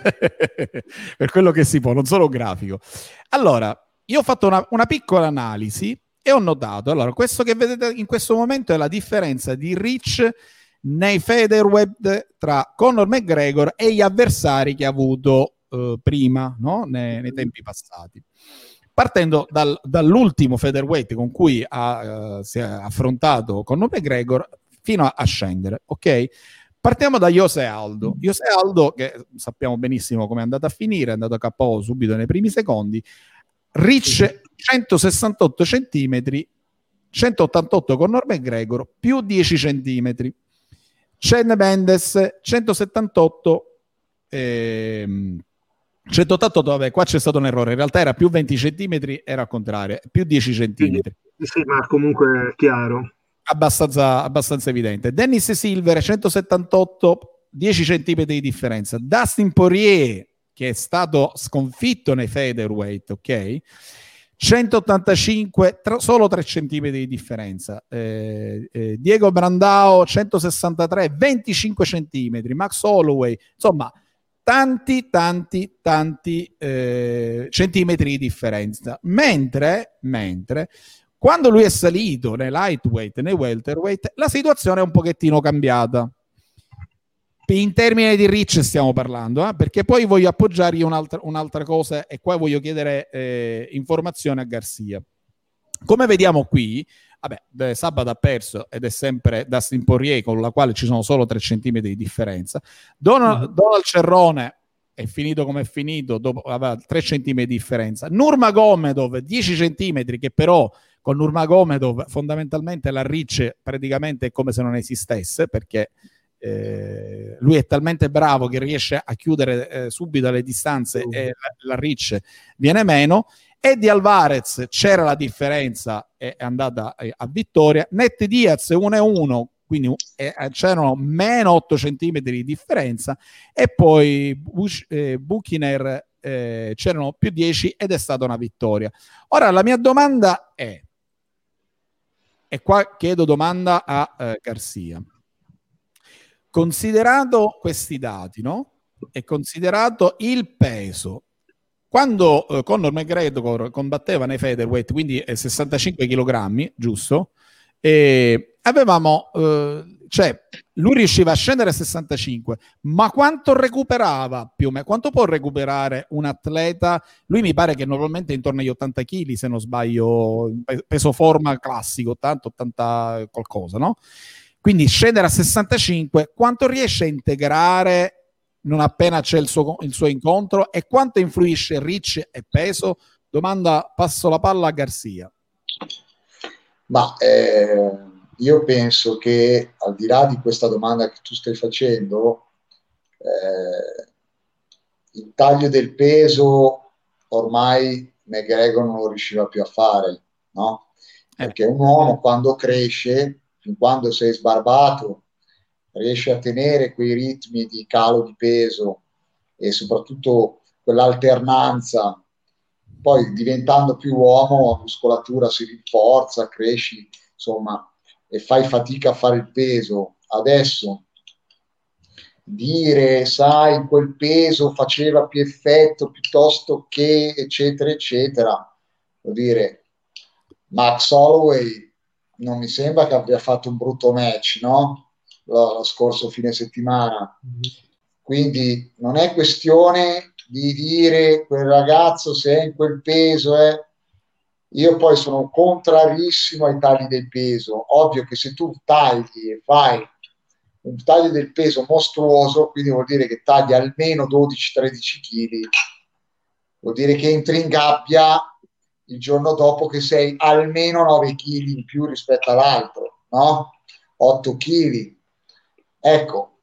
per quello che si può, non solo grafico. Allora, io ho fatto una, una piccola analisi e ho notato, allora, questo che vedete in questo momento è la differenza di reach nei featherweight tra Conor McGregor e gli avversari che ha avuto eh, prima, no? nei, nei tempi passati. Partendo dal, dall'ultimo featherweight con cui ha, uh, si è affrontato Conor McGregor fino a, a scendere, ok? Partiamo da José Aldo. José Aldo, che sappiamo benissimo come è andato a finire, è andato a K O subito nei primi secondi, reach centosessantotto centimetri, centottantotto Conor McGregor, più dieci centimetri. Chad Mendes centosettantotto ehm, centottantotto, vabbè, qua c'è stato un errore, in realtà era più venti centimetri, era al contrario, più dieci centimetri. Sì, sì, ma comunque è chiaro. Abbastanza, abbastanza evidente. Dennis Silver centosettantotto, dieci centimetri di differenza. Dustin Poirier, che è stato sconfitto nei featherweight, ok? centottantacinque, tra, solo tre centimetri di differenza. Eh, eh, Diego Brandao centosessantatré, venticinque centimetri. Max Holloway, insomma, tanti, tanti, tanti eh, centimetri di differenza. Mentre, mentre quando lui è salito nei lightweight, nei welterweight, la situazione è un pochettino cambiata. In termini di reach stiamo parlando, eh? Perché poi voglio appoggiargli un'altra, un'altra cosa e qua voglio chiedere eh, informazione a Garcia. Come vediamo qui, vabbè, Sabato ha perso ed è sempre Dustin Poirier, con la quale ci sono solo tre centimetri di differenza. Donald, mm-hmm. Donald Cerrone è finito come è finito, dopo aveva tre centimetri di differenza. Nurmagomedov dieci centimetri, che però con Nurmagomedov fondamentalmente la reach praticamente è come se non esistesse, perché eh, lui è talmente bravo che riesce a chiudere eh, subito le distanze uh. e la, la reach viene meno. Eddie Alvarez c'era la differenza, è andata a vittoria. Nate Diaz uno a uno, quindi eh, c'erano meno otto centimetri di differenza, e poi Bush, eh, Buchiner eh, c'erano più dieci ed è stata una vittoria. Ora la mia domanda è, e qua chiedo domanda a eh, Garcia, considerato questi dati, no? E considerato il peso, quando eh, Conor McGregor combatteva nei featherweight, quindi eh, sessantacinque chilogrammi, giusto? E avevamo, eh, cioè, lui riusciva a scendere a sessantacinque, ma quanto recuperava più o meno? Quanto può recuperare un atleta? Lui mi pare che normalmente è intorno agli ottanta chili, se non sbaglio, peso forma classico, ottanta ottanta qualcosa, no? Quindi scendere a sessantacinque, quanto riesce a integrare non appena c'è il suo, il suo incontro, e quanto influisce reach e peso? Domanda, passo la palla a Garcia. Ma eh, io penso che, al di là di questa domanda che tu stai facendo, eh, il taglio del peso ormai McGregor non lo riusciva più a fare, no? Perché un uomo quando cresce, fin quando sei sbarbato, riesce a tenere quei ritmi di calo di peso e soprattutto quell'alternanza, poi diventando più uomo la muscolatura si rinforza, cresci, insomma, e fai fatica a fare il peso. Adesso dire, sai, quel peso faceva più effetto piuttosto che eccetera eccetera, vuol dire, Max Holloway non mi sembra che abbia fatto un brutto match, no? Lo scorso fine settimana, quindi non è questione di dire quel ragazzo se è in quel peso è... Io poi sono contrarissimo ai tagli del peso. Ovvio che se tu tagli e fai un taglio del peso mostruoso, quindi vuol dire che tagli almeno dodici tredici chili, vuol dire che entri in gabbia il giorno dopo che sei almeno nove chili in più rispetto all'altro, no? otto chili. Ecco,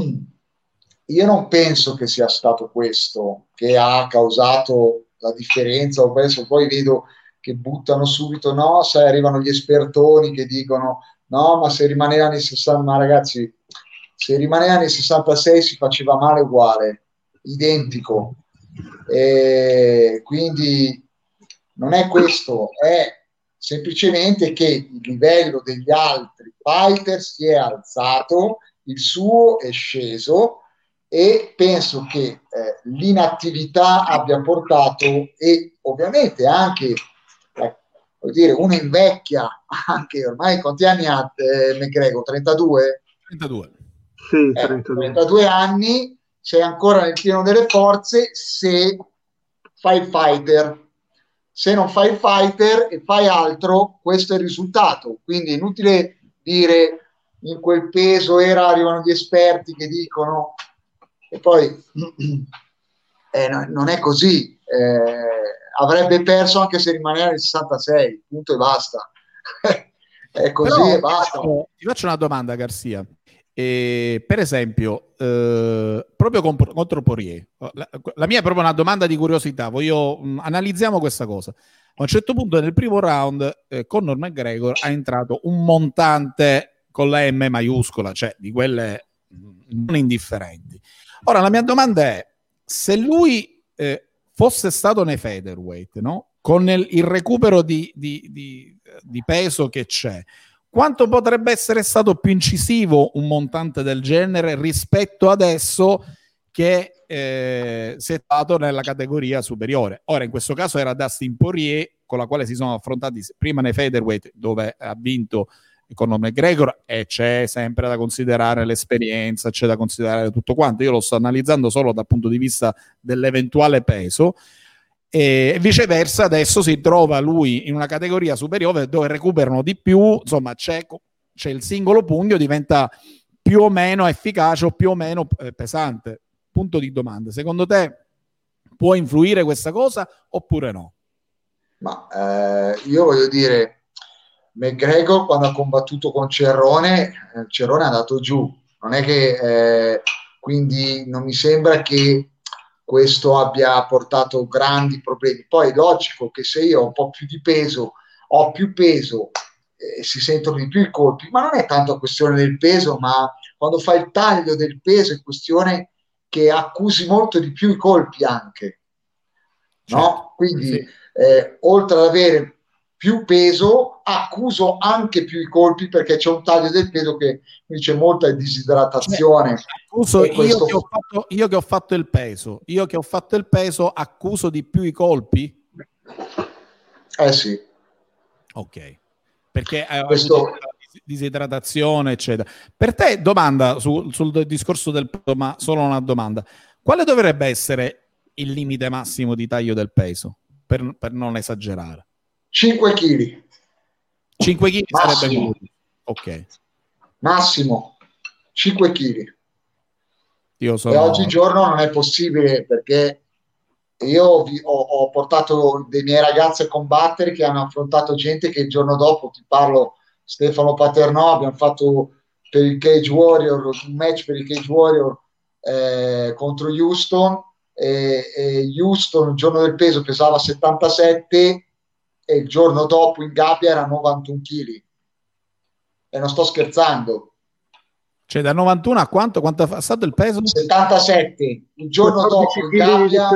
io non penso che sia stato questo che ha causato la differenza, o penso, poi vedo che buttano subito, no, sai, arrivano gli espertoni che dicono, no, ma se rimaneva nei sessanta, ma ragazzi, se rimaneva nei sessantasei si faceva male uguale, identico, e quindi non è questo, è semplicemente che il livello degli altri fighter si è alzato, il suo è sceso, e penso che eh, l'inattività abbia portato, e ovviamente anche eh, vuol dire, uno invecchia anche, ormai quanti anni ha eh, McGregor? trentadue? trentadue. Sì, eh, trentadue. trentadue anni, sei ancora nel pieno delle forze se fai il fighter. Se non fai il fighter e fai altro, questo è il risultato. Quindi è inutile dire in quel peso era, arrivano gli esperti che dicono, e poi eh, no, non è così, eh, avrebbe perso anche se rimaneva nel sessantasei, punto e basta. È così. Però, e basta. Ti faccio, ti faccio una domanda, Garcia. E, per esempio, eh, proprio contro, contro Poirier, la, la mia è proprio una domanda di curiosità. Voglio mh, analizziamo questa cosa. A un certo punto nel primo round eh, Conor McGregor ha entrato un montante con la M maiuscola, cioè di quelle non indifferenti. Ora la mia domanda è, se lui eh, fosse stato nei featherweight, no? Con il, il recupero di, di, di, di peso che c'è, quanto potrebbe essere stato più incisivo un montante del genere rispetto adesso che eh, si è stato nella categoria superiore? Ora in questo caso era Dustin Poirier, con la quale si sono affrontati prima nei featherweight, dove ha vinto Conor McGregor, e c'è sempre da considerare l'esperienza, c'è da considerare tutto quanto. Io lo sto analizzando solo dal punto di vista dell'eventuale peso. e viceversa adesso si trova lui in una categoria superiore dove recuperano di più, insomma c'è, c'è il singolo pugno diventa più o meno efficace o più o meno eh, pesante. Punto di domanda: secondo te può influire questa cosa oppure no? Ma eh, io voglio dire, McGregor quando ha combattuto con Cerrone, eh, Cerrone è andato giù, non è che eh, quindi non mi sembra che questo abbia portato grandi problemi. Poi è logico che se io ho un po' più di peso, ho più peso, eh, si sentono di più i colpi, ma non è tanto questione del peso, ma quando fai il taglio del peso è questione che accusi molto di più i colpi anche, no? Certo, Quindi sì. eh, oltre ad avere più peso, accuso anche più i colpi perché c'è un taglio del peso che c'è molta disidratazione. Cioè, accuso, questo... io, che ho fatto, io che ho fatto il peso, io che ho fatto il peso, accuso di più i colpi? Eh sì. Ok, perché hai questo... avuto disidratazione, eccetera. Per te, domanda su, sul discorso del peso, ma solo una domanda: quale dovrebbe essere il limite massimo di taglio del peso, per, per non esagerare? cinque chili. cinque chili sarebbe Massimo. quello. Ok. Massimo cinque chili. Io sono... E oggigiorno non è possibile perché io vi, ho, ho portato dei miei ragazzi a combattere che hanno affrontato gente che il giorno dopo, ti parlo Stefano Paternò, abbiamo fatto per il Cage Warrior un match per il Cage Warrior eh, contro Houston e, e Houston il giorno del peso pesava settantasette e il giorno dopo in gabbia era novantuno chili e non sto scherzando. Cioè da novantuno a quanto? Quanto è stato il peso? settantasette. Il giorno dopo in gabbia,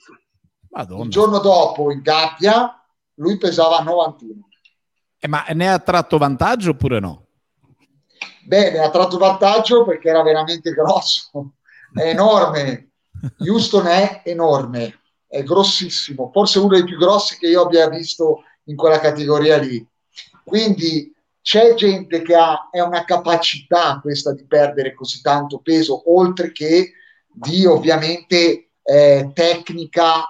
il giorno dopo in gabbia lui pesava novantuno. Eh, ma ne ha tratto vantaggio oppure no? Beh, ne ha tratto vantaggio perché era veramente grosso, è enorme. Houston è enorme, è grossissimo, forse uno dei più grossi che io abbia visto in quella categoria lì. Quindi c'è gente che ha è una capacità questa di perdere così tanto peso, oltre che di ovviamente eh, tecnica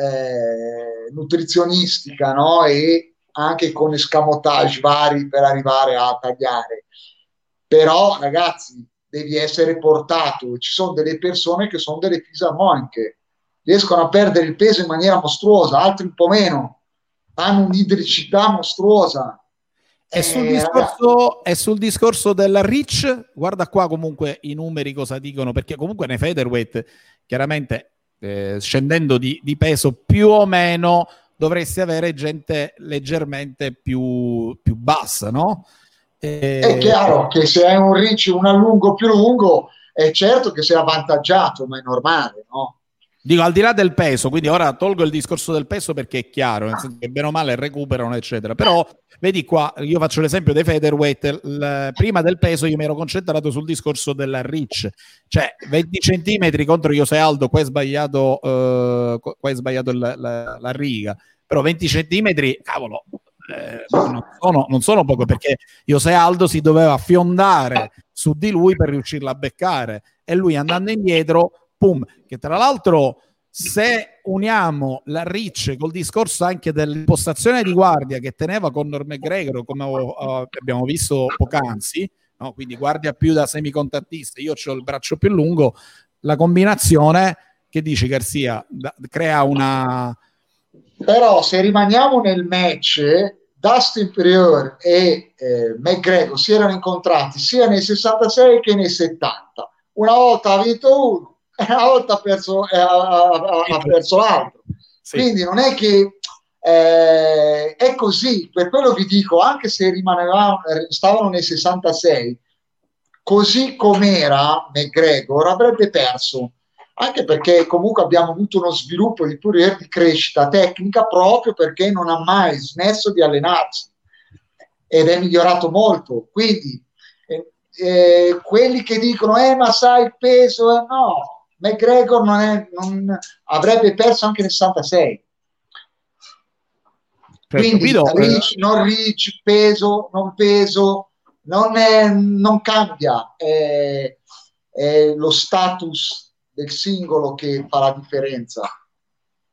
eh, nutrizionistica, no? E anche con escamotage vari per arrivare a tagliare. Però ragazzi, devi essere portato. Ci sono delle persone che sono delle fisarmoniche, riescono a perdere il peso in maniera mostruosa, altri un po' meno, hanno un'idricità mostruosa. E sul, discorso, e sul discorso della reach, guarda qua comunque i numeri cosa dicono, perché comunque nei featherweight chiaramente eh, scendendo di, di peso più o meno dovresti avere gente leggermente più, più bassa, no? E... È chiaro che se hai un reach un allungo più lungo è certo che sei avvantaggiato, ma è normale, no? Dico, al di là del peso, quindi ora tolgo il discorso del peso perché è chiaro, nel senso che bene o male recuperano, eccetera. Però, vedi qua, io faccio l'esempio dei featherweight, il, prima del peso io mi ero concentrato sul discorso della reach, cioè venti centimetri contro Jose Aldo, qua è sbagliato, eh, qua è sbagliato la, la, la riga, però venti centimetri, cavolo, eh, non, sono, non sono poco, perché Jose Aldo si doveva fiondare su di lui per riuscirla a beccare, e lui andando indietro... Pum, che tra l'altro se uniamo la reach col discorso anche dell'impostazione di guardia che teneva Conor McGregor, come uh, abbiamo visto poc'anzi, no? Quindi guardia più da semicontattista, io ho il braccio più lungo, la combinazione, che dici Garzia, da, crea una... Però se rimaniamo nel match, Dustin Poirier e eh, McGregor si erano incontrati sia nei sessantasei che nei settanta, una volta ha vinto uno, una volta ha perso, eh, ha, ha perso l'altro. Sì. Quindi non è che eh, è così. Per quello vi dico, anche se rimanevano, stavano nei sessantasei, così com'era McGregor avrebbe perso, anche perché comunque abbiamo avuto uno sviluppo di Poirier di crescita tecnica proprio perché non ha mai smesso di allenarsi ed è migliorato molto. Quindi eh, eh, quelli che dicono eh ma sai il peso, eh, no, McGregor non è, non, avrebbe perso anche nel sessantasei. Quindi reach, non reach, peso, non peso, non, è, non cambia, è, è lo status del singolo che fa la differenza.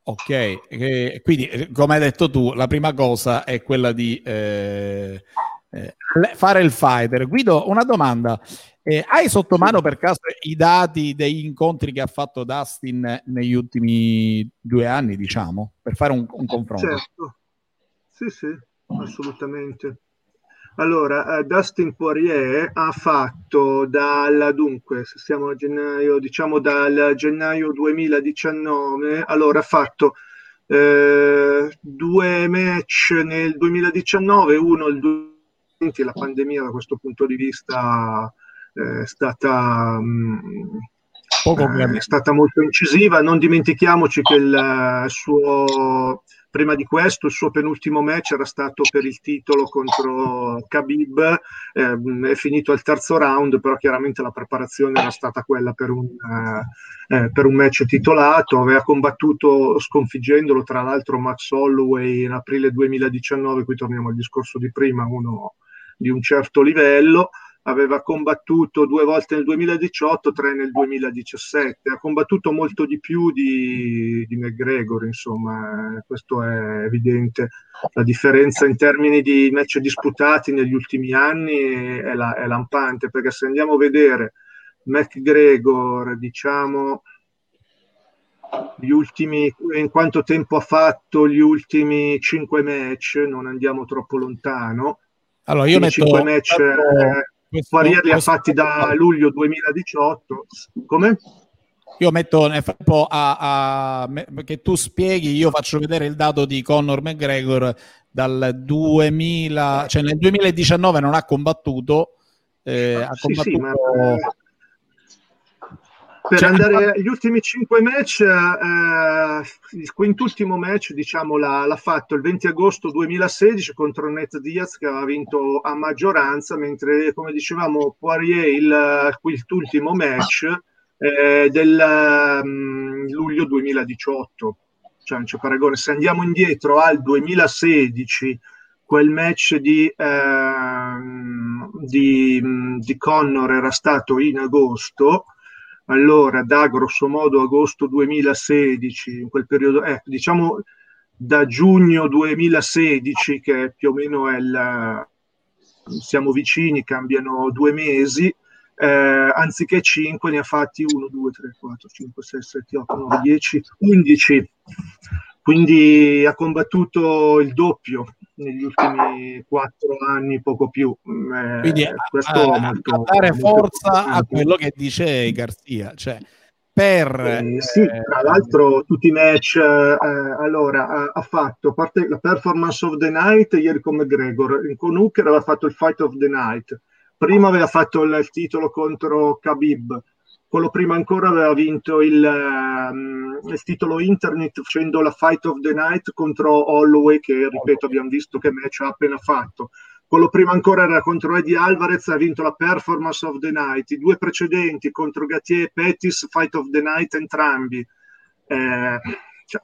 Ok, eh, quindi come hai detto tu, la prima cosa è quella di eh, eh, fare il fighter. Guido, una domanda. Eh, hai sotto mano per caso i dati degli incontri che ha fatto Dustin negli ultimi due anni, diciamo, per fare un, un confronto? Certo, sì, sì, assolutamente. Allora, eh, Dustin Poirier ha fatto dal, dunque, se siamo a gennaio, diciamo dal gennaio duemiladiciannove, allora ha fatto eh, due match nel duemiladiciannove, uno il duemilaventi, la pandemia da questo punto di vista eh, è stata, mh, Poco eh, è stata molto incisiva. Non dimentichiamoci che il eh, suo prima di questo il suo penultimo match era stato per il titolo contro Khabib, eh, è finito al terzo round, però chiaramente la preparazione era stata quella per un, eh, eh, per un match titolato. Aveva combattuto sconfiggendolo tra l'altro Max Holloway in aprile duemiladiciannove, qui torniamo al discorso di prima, uno di un certo livello. Aveva combattuto due volte nel duemiladiciotto, tre nel duemiladiciassette, ha combattuto molto di più di, di McGregor, insomma, questo è evidente. La differenza in termini di match disputati negli ultimi anni è, la, è lampante, perché se andiamo a vedere McGregor, diciamo, gli ultimi, in quanto tempo ha fatto gli ultimi cinque match, non andiamo troppo lontano. Allora io metto cinque match... Eh, Poirier li ha fatti da luglio duemiladiciotto. Come? Io metto nel frattempo a, a, che tu spieghi, io faccio vedere il dato di Conor McGregor dal duemila, cioè nel duemiladiciannove non ha combattuto, eh, ha sì, combattuto... sì, ma per cioè, andare agli ultimi cinque match, eh, il quintultimo match, diciamo, l'ha, l'ha fatto il venti agosto duemilasedici contro Nate Diaz, che aveva vinto a maggioranza, mentre, come dicevamo, Poirier il quintultimo match eh, del um, luglio duemiladiciotto. Cioè, non c'è paragone. Se andiamo indietro al duemilasedici, quel match di, eh, di, di Conor era stato in agosto. Allora, da grosso modo agosto duemilasedici, in quel periodo, eh, diciamo da giugno duemilasedici, che più o meno è il, siamo vicini, cambiano due mesi, eh, anziché cinque ne ha fatti uno, due, tre, quattro, cinque, sei, sette, otto, nove, dieci, undici. Quindi ha combattuto il doppio negli ultimi quattro anni, poco più. Eh, Quindi questo a, molto, a dare molto forza importante. a quello che dice Garzia, cioè per eh, sì, tra l'altro tutti i match, eh, allora ha, ha fatto, a parte la performance of the night ieri con McGregor, con Hooker aveva fatto il fight of the night, prima aveva fatto il, il titolo contro Khabib, quello prima ancora aveva vinto il, um, il titolo internet facendo la fight of the night contro Holloway, che ripeto abbiamo visto che match ha appena fatto. Quello prima ancora era contro Eddie Alvarez, ha vinto la performance of the night. I due precedenti contro Gattier e Pettis, fight of the night entrambi. Eh, cioè,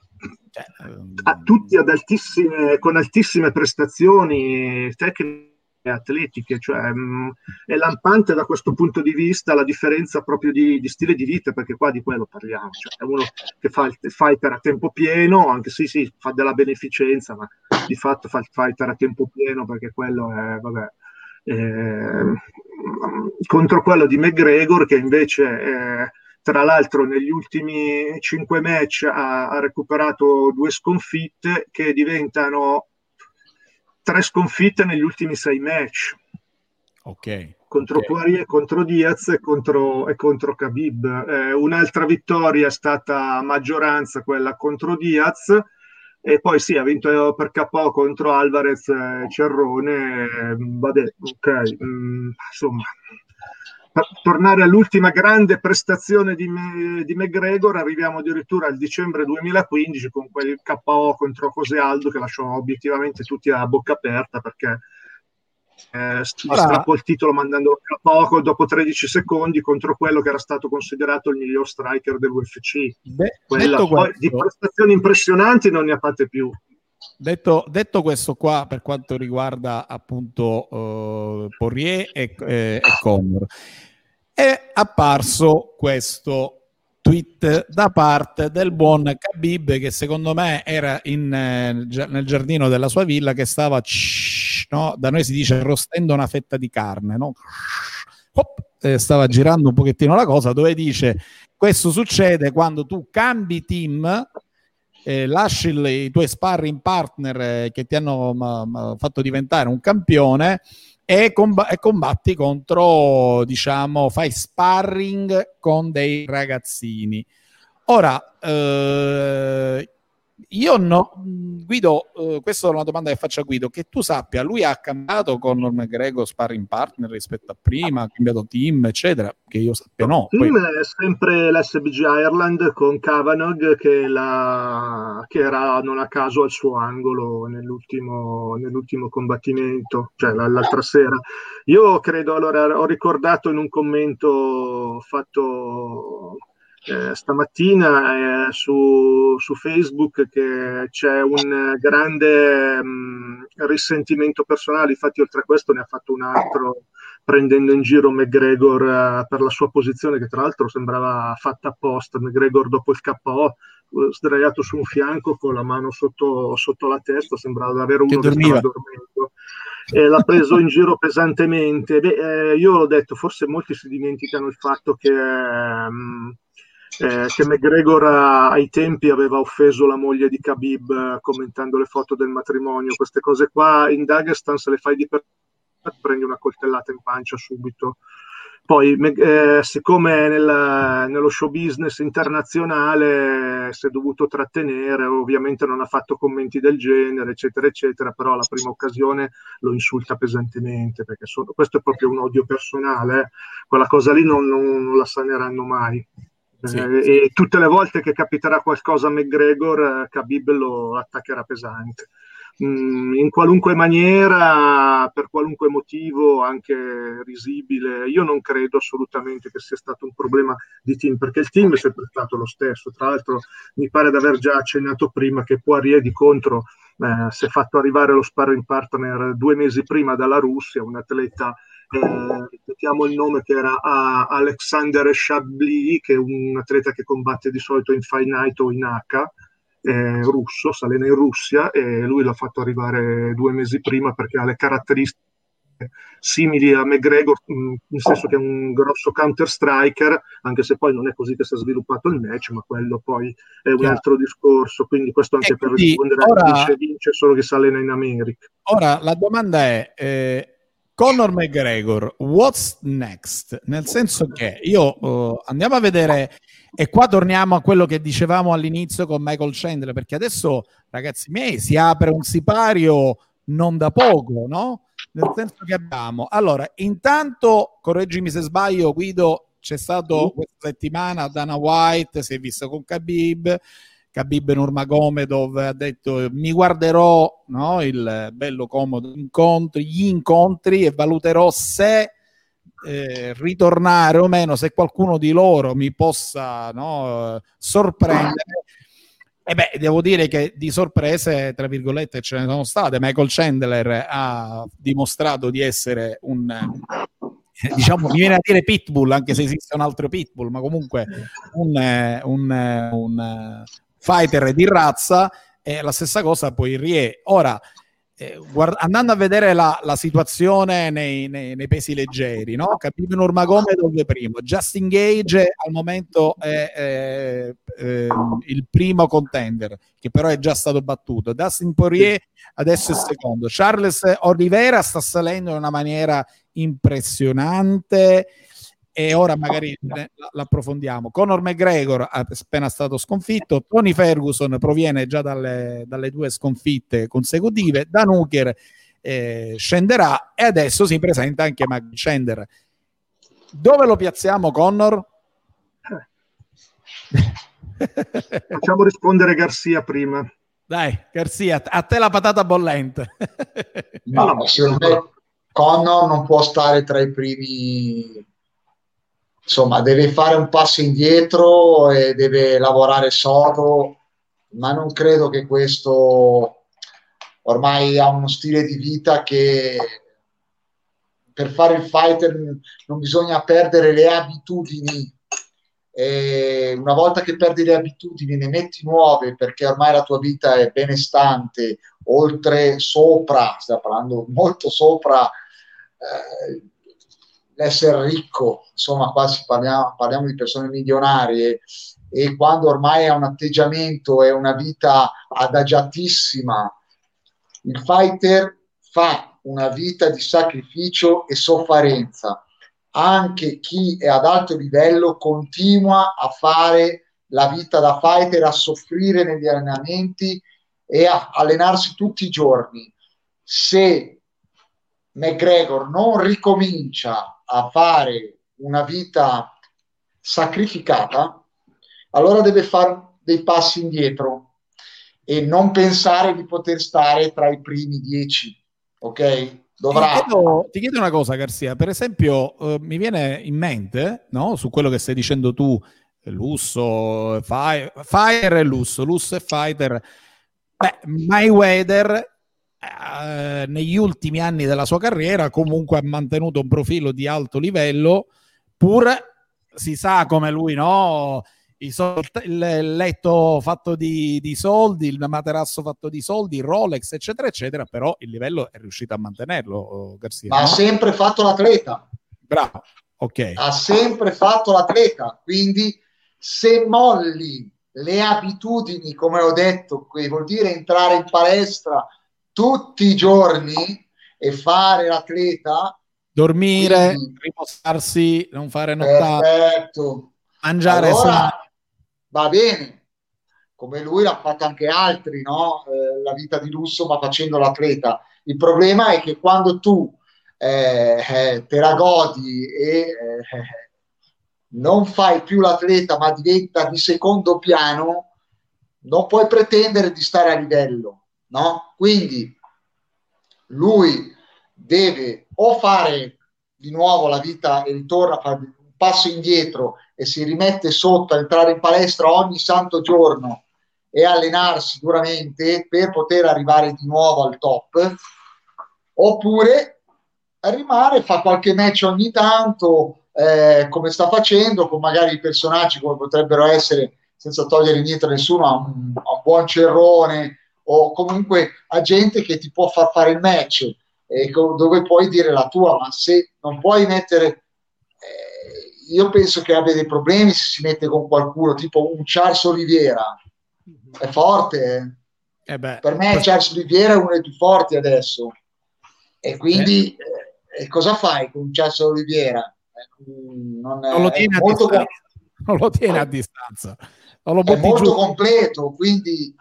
a tutti ad altissime, con altissime prestazioni tecniche e atletiche, cioè mh, è lampante da questo punto di vista la differenza proprio di, di stile di vita, perché qua di quello parliamo, cioè è uno che fa il fighter a tempo pieno, anche se sì, sì, fa della beneficenza, ma di fatto fa il fighter a tempo pieno, perché quello è, vabbè, eh, contro quello di McGregor, che invece eh, tra l'altro negli ultimi cinque match ha, ha recuperato due sconfitte che diventano tre sconfitte negli ultimi sei match. Ok. Contro okay. Poirier, contro Diaz e contro, e contro Khabib. Eh, un'altra vittoria è stata a maggioranza, quella contro Diaz, e poi sì, ha vinto per K O contro Alvarez e Cerrone. Eh, vabbè, ok, mm, insomma. Per tornare all'ultima grande prestazione di, Me, di McGregor, arriviamo addirittura al dicembre duemilaquindici con quel K O contro José Aldo che lasciò obiettivamente tutti a bocca aperta, perché eh, gli strappò il titolo mandando a poco dopo tredici secondi contro quello che era stato considerato il miglior striker dell'U F C. De- Quella, detto poi, questo, di prestazioni impressionanti non ne ha fatte più. Detto, detto questo qua, per quanto riguarda appunto uh, Poirier e, eh, e Conor, è apparso questo tweet da parte del buon Khabib, che secondo me era in, eh, nel giardino della sua villa, che stava, no? Da noi si dice arrostendo una fetta di carne, no? Hop, eh, stava girando un pochettino la cosa, dove dice: questo succede quando tu cambi team, eh, lasci il, i tuoi sparring partner eh, che ti hanno ma, ma, fatto diventare un campione e, comb- e combatti contro, diciamo, fai sparring con dei ragazzini. Ora, eh, io no, Guido, eh, questa è una domanda che faccio a Guido, che tu sappia, lui ha cambiato con McGregor sparring partner rispetto a prima, ha cambiato team, eccetera, che io sappia no. Il team Poi... è sempre l'S B G Ireland con Kavanagh che, la, che era non a caso al suo angolo nell'ultimo, nell'ultimo combattimento, cioè l'altra sera. Io credo, allora, ho ricordato in un commento fatto eh, stamattina eh, su, su Facebook che c'è un grande mh, risentimento personale, infatti oltre a questo ne ha fatto un altro prendendo in giro McGregor uh, per la sua posizione, che tra l'altro sembrava fatta apposta. McGregor dopo il K O uh, sdraiato su un fianco con la mano sotto, sotto la testa, sembrava davvero uno che, che stava dormendo, e l'ha preso in giro pesantemente. Beh, eh, io l'ho detto, forse molti si dimenticano il fatto che ehm, Eh, che McGregor a, ai tempi aveva offeso la moglie di Khabib eh, commentando le foto del matrimonio. Queste cose qua in Dagestan, se le fai di per prendi una coltellata in pancia subito. Poi eh, siccome nel, nello show business internazionale si è dovuto trattenere, ovviamente non ha fatto commenti del genere, eccetera eccetera, però alla prima occasione lo insulta pesantemente, perché sono, questo è proprio un odio personale, eh. Quella cosa lì non, non, non la saneranno mai. Sì, eh, sì. E tutte le volte che capiterà qualcosa a McGregor, eh, Khabib lo attaccherà pesante. Mm, in qualunque maniera, per qualunque motivo, anche risibile. Io non credo assolutamente che sia stato un problema di team, perché il team è sempre stato lo stesso. Tra l'altro mi pare di aver già accennato prima che Poirier di contro eh, si è fatto arrivare lo sparring partner due mesi prima dalla Russia, un atleta, eh, ripetiamo il nome, che era uh, Alexander Chablis, che è un atleta che combatte di solito in Fight Night o in H, eh, russo, si allena in Russia, e lui l'ha fatto arrivare due mesi prima perché ha le caratteristiche simili a McGregor, mh, nel senso che è un grosso counter striker, anche se poi non è così che si è sviluppato il match, ma quello poi è un Chiaro. altro discorso. Quindi questo anche e per rispondere ora, a chi dice vince solo che si allena in America. Ora la domanda è eh, Conor McGregor, what's next? Nel senso che io uh, andiamo a vedere, e qua torniamo a quello che dicevamo all'inizio con Michael Chandler, perché adesso, ragazzi miei, si apre un sipario non da poco, no? Nel senso che abbiamo, allora, intanto, correggimi se sbaglio, Guido, c'è stato questa settimana Dana White, si è visto con Khabib, Khabib Nurmagomedov ha detto mi guarderò, no, il bello comodo incontro, gli incontri, e valuterò se eh, ritornare o meno, se qualcuno di loro mi possa, no, sorprendere. E beh, devo dire che di sorprese, tra virgolette, ce ne sono state. Michael Chandler ha dimostrato di essere un, diciamo, mi viene a dire pitbull, anche se esiste un altro pitbull, ma comunque un, un, un fighter di razza, e la stessa cosa poi Rie. Ora, eh, guarda, andando a vedere la, la situazione nei, nei, nei pesi leggeri, no? Khabib Nurmagomedov primo, Justin Gage al momento è, è, è il primo contender, che però è già stato battuto. Dustin Poirier adesso è secondo. Charles Oliveira sta salendo in una maniera impressionante, e ora magari l'approfondiamo. Conor McGregor ha appena stato sconfitto, Tony Ferguson proviene già dalle, dalle due sconfitte consecutive, Dan Hooker eh, scenderà, e adesso si presenta anche Mike Chandler. Dove lo piazziamo, Conor? Facciamo rispondere Garcia prima. Dai, Garcia, a te la patata bollente. No, no, secondo me Conor non può stare tra i primi. Insomma, deve fare un passo indietro e deve lavorare sodo, ma non credo che questo, ormai ha uno stile di vita che per fare il fighter non bisogna perdere le abitudini e una volta che perdi le abitudini ne metti nuove perché ormai la tua vita è benestante, oltre, sopra, stiamo parlando molto sopra eh, l'essere ricco, insomma quasi parliamo, parliamo di persone milionarie, e quando ormai ha un atteggiamento e una vita adagiatissima, il fighter fa una vita di sacrificio e sofferenza. Anche chi è ad alto livello continua a fare la vita da fighter, a soffrire negli allenamenti e a allenarsi tutti i giorni. Se McGregor non ricomincia a fare una vita sacrificata, allora deve fare dei passi indietro e non pensare di poter stare tra i primi dieci, ok? Dovrà... Ti chiedo, ti chiedo una cosa, Garzia, per esempio eh, mi viene in mente, no, su quello che stai dicendo tu, lusso, fi- fighter e lusso, lusso e fighter. Beh, Mayweather eh, negli ultimi anni della sua carriera comunque ha mantenuto un profilo di alto livello, pur si sa come lui, no? I soldi, il letto fatto di, di soldi, il materasso fatto di soldi, il Rolex, eccetera, eccetera, però il livello è riuscito a mantenerlo, Garzia. Ma no? ha sempre fatto l'atleta. Bravo, ok. Ha sempre fatto l'atleta, quindi se molli le abitudini, come ho detto, qui vuol dire entrare in palestra tutti i giorni e fare l'atleta, dormire, quindi, riposarsi, non fare nottate, perfetto, mangiare allora sano. Va bene, come lui l'ha fatto anche altri, no? Eh, la vita di lusso ma facendo l'atleta. Il problema è che quando tu eh, eh, te la godi e eh, non fai più l'atleta ma diventa di secondo piano, non puoi pretendere di stare a livello, no? Quindi lui deve o fare di nuovo la vita e ritorna a fare un passo indietro e si rimette sotto a entrare in palestra ogni santo giorno e allenarsi duramente per poter arrivare di nuovo al top, oppure rimane, fa qualche match ogni tanto eh, come sta facendo con magari personaggi come potrebbero essere, senza togliere niente a nessuno, a un, a un buon Cerrone o comunque a gente che ti può far fare il match e dove puoi dire la tua, ma se non puoi mettere eh, io penso che abbia dei problemi se si mette con qualcuno tipo un Charles Oliveira, è forte eh? Eh beh, per me Charles Oliveira è uno dei più forti adesso e quindi eh, eh, cosa fai con Charles Oliveira? Non, non lo tiene, è a, molto distanza. non lo tiene a distanza, non lo è molto giù. completo, quindi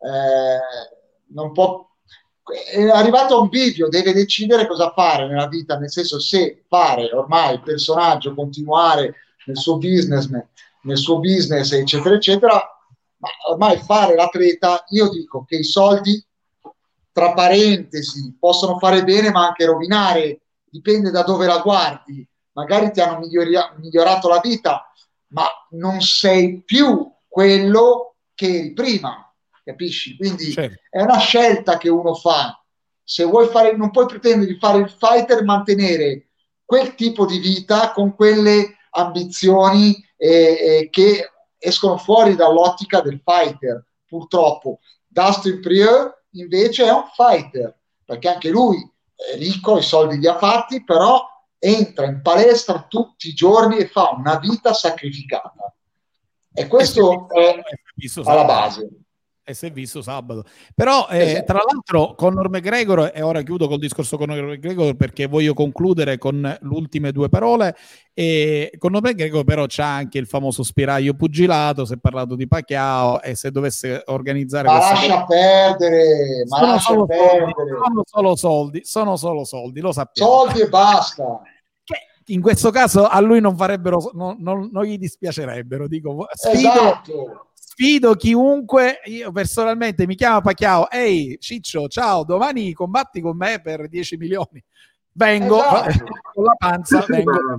eh, non può, è arrivato a un bivio, deve decidere cosa fare nella vita, nel senso se fare ormai il personaggio, continuare nel suo business, nel suo business eccetera eccetera, ma ormai fare l'atleta, io dico che i soldi tra parentesi possono fare bene ma anche rovinare, dipende da dove la guardi, magari ti hanno migliori- migliorato la vita ma non sei più quello che eri prima, capisci? Quindi certo. È una scelta che uno fa. Se vuoi fare, non puoi pretendere di fare il fighter e mantenere quel tipo di vita con quelle ambizioni eh, eh, che escono fuori dall'ottica del fighter. Purtroppo Dustin Poirier invece è un fighter, perché anche lui è ricco, i soldi li ha fatti, però entra in palestra tutti i giorni e fa una vita sacrificata. E questo è alla base. E si è visto sabato. Però eh, esatto. Tra l'altro Conor McGregor, e ora chiudo col discorso Conor McGregor perché voglio concludere con le ultime due parole, e Conor McGregor però c'ha anche il famoso spiraglio pugilato, si è parlato di Pacquiao, e se dovesse organizzare ma lascia cosa... perdere ma sono lascia solo perdere soldi, sono solo soldi sono solo soldi, lo sappiamo, soldi e basta. Che in questo caso a lui non farebbero, non, non, non gli dispiacerebbero, dico, sfido, esatto. Sfido chiunque, io personalmente mi chiama Pacquiao, ehi Ciccio, ciao, domani combatti con me per dieci milioni. Vengo esatto. con la panza, sì, vengo. Ma,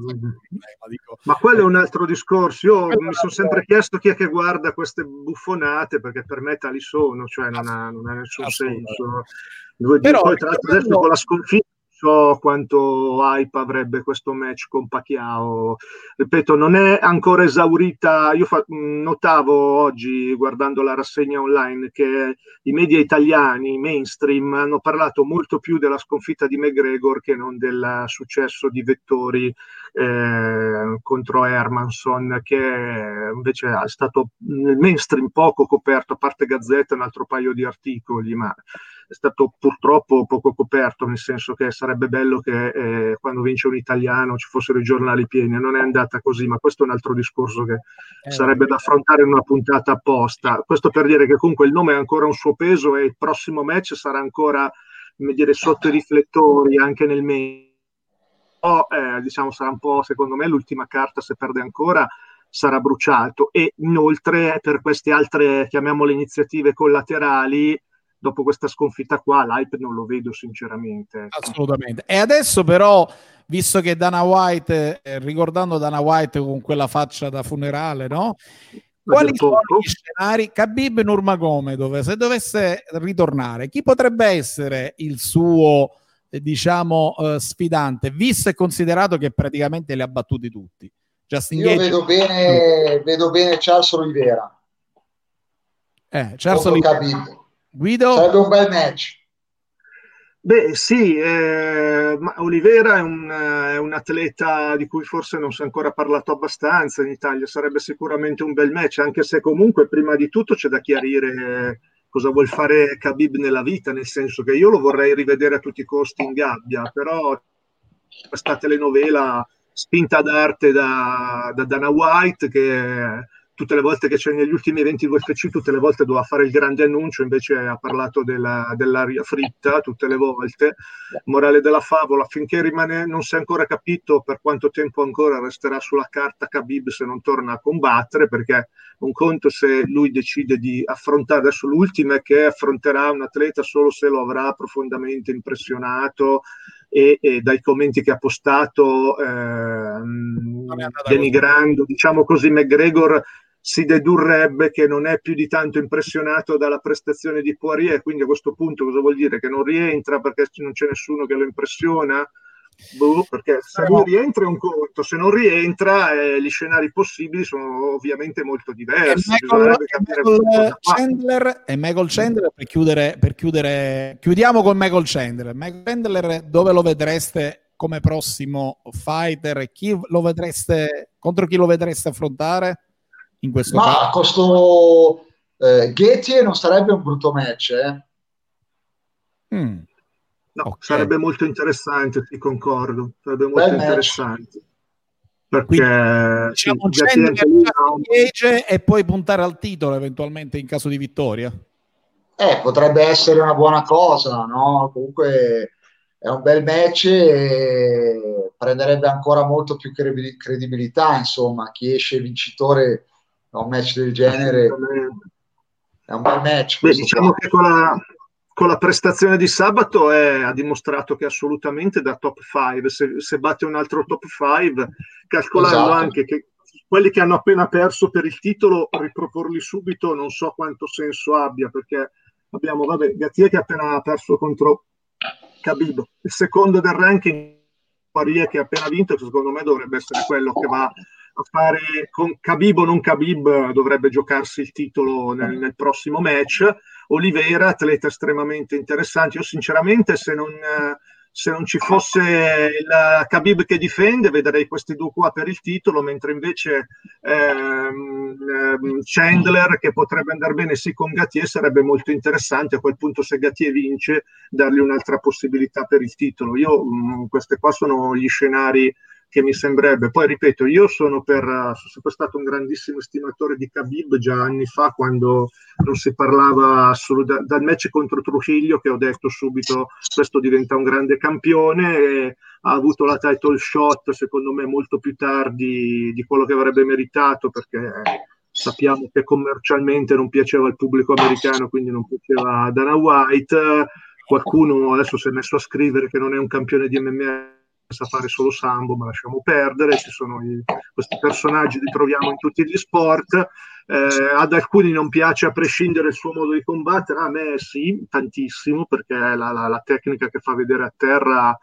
ma quello è un altro discorso. Io quello mi sono sempre chiesto chi è che guarda queste buffonate, perché per me tali sono, cioè non ha, non ha nessun senso. Due, Però, poi tra l'altro adesso con la sconfitta so quanto hype avrebbe questo match con Pacquiao. Ripeto, non è ancora esaurita. Io fa- notavo oggi, guardando la rassegna online, che i media italiani mainstream hanno parlato molto più della sconfitta di McGregor che non del successo di Vettori eh, contro Hermanson, che invece è stato nel mainstream poco coperto, a parte Gazzetta e un altro paio di articoli, ma è stato purtroppo poco coperto, nel senso che sarebbe bello che eh, quando vince un italiano ci fossero i giornali pieni. Non è andata così, ma questo è un altro discorso che Eh, sarebbe da affrontare in una puntata apposta. Questo per dire che comunque il nome ha ancora un suo peso e il prossimo match sarà ancora, come dire, sotto i riflettori anche nel main. O, eh, diciamo, sarà un po', secondo me, l'ultima carta, se perde ancora sarà bruciato. E inoltre per queste altre, chiamiamole, iniziative collaterali, dopo questa sconfitta qua, l'hype non lo vedo sinceramente. Assolutamente. E adesso però, visto che Dana White, eh, ricordando Dana White con quella faccia da funerale, no? Quali sono gli scenari? Khabib Nurmagomedov, se dovesse ritornare, chi potrebbe essere il suo, eh, diciamo, eh, sfidante, visto e considerato che praticamente li ha battuti tutti? Justin Io Gaethje... vedo bene, vedo bene Charles Oliveira eh, Charles contro Oliveira. Khabib. Guido? Sarebbe un bel match. Beh, sì, eh, ma Oliveira è un, è un atleta di cui forse non si è ancora parlato abbastanza in Italia. Sarebbe sicuramente un bel match, anche se comunque prima di tutto c'è da chiarire cosa vuol fare Khabib nella vita, nel senso che io lo vorrei rivedere a tutti i costi in gabbia, però questa telenovela spinta d'arte da, da Dana White, che tutte le volte che c'è negli ultimi eventi U F C, tutte le volte doveva fare il grande annuncio, invece ha parlato della, dell'aria fritta tutte le volte. Morale della favola, finché rimane, non si è ancora capito per quanto tempo ancora resterà sulla carta Khabib se non torna a combattere, perché un conto se lui decide di affrontare, adesso l'ultima è che affronterà un atleta solo se lo avrà profondamente impressionato, e, e dai commenti che ha postato ehm, denigrando, così. diciamo così, McGregor, si dedurrebbe che non è più di tanto impressionato dalla prestazione di Poirier. Quindi a questo punto cosa vuol dire? Che non rientra perché non c'è nessuno che lo impressiona? Boh, perché se lui rientra è un conto, se non rientra eh, gli scenari possibili sono ovviamente molto diversi. E Michael, e Michael Chandler, e Michael Chandler per chiudere, per chiudere, chiudiamo con Michael Chandler. Michael Chandler, dove lo vedreste come prossimo fighter e chi lo vedreste, contro chi lo vedreste affrontare in questo Ma caso? a costo eh, Gaethje non sarebbe un brutto match, eh? Mm. No, okay. Sarebbe molto interessante, ti concordo, sarebbe molto Bel interessante. Match. Perché quindi, sì, diciamo, Chandler no. E poi puntare al titolo eventualmente in caso di vittoria. Eh, potrebbe essere una buona cosa, no? Comunque è un bel match e prenderebbe ancora molto più credibilità, insomma, chi esce vincitore da un match del genere è un bel match. Beh, diciamo qua. Che con la, con la prestazione di sabato è, ha dimostrato che assolutamente da top cinque, se, se batte un altro top cinque, calcolando esatto. anche che quelli che hanno appena perso per il titolo, riproporli subito non so quanto senso abbia, perché abbiamo, vabbè, Gaethje che ha appena perso contro Khabib, il secondo del ranking, Poirier che ha appena vinto, che secondo me dovrebbe essere quello che va a fare con Khabib o non Khabib, dovrebbe giocarsi il titolo nel, nel prossimo match. Oliveira, atleta estremamente interessante. Io sinceramente se non, se non ci fosse il Khabib che difende, vedrei questi due qua per il titolo, mentre invece ehm, Chandler, che potrebbe andare bene sì con Gaethje, sarebbe molto interessante. A quel punto se Gaethje vince, dargli un'altra possibilità per il titolo. Io mh, queste qua sono gli scenari che mi sembrerebbe. Poi ripeto, io sono per sono sempre stato un grandissimo estimatore di Khabib già anni fa, quando non si parlava assolutamente dal match contro Trujillo, che ho detto subito questo diventa un grande campione, e ha avuto la title shot secondo me molto più tardi di quello che avrebbe meritato, perché sappiamo che commercialmente non piaceva al pubblico americano, quindi non piaceva a Dana White. Qualcuno adesso si è messo a scrivere che non è un campione di M M A, sa fare solo sambo, ma lasciamo perdere. Ci sono i, questi personaggi, li troviamo in tutti gli sport. Eh, ad alcuni non piace a prescindere il suo modo di combattere, a me sì, tantissimo, perché la, la, la tecnica che fa vedere a terra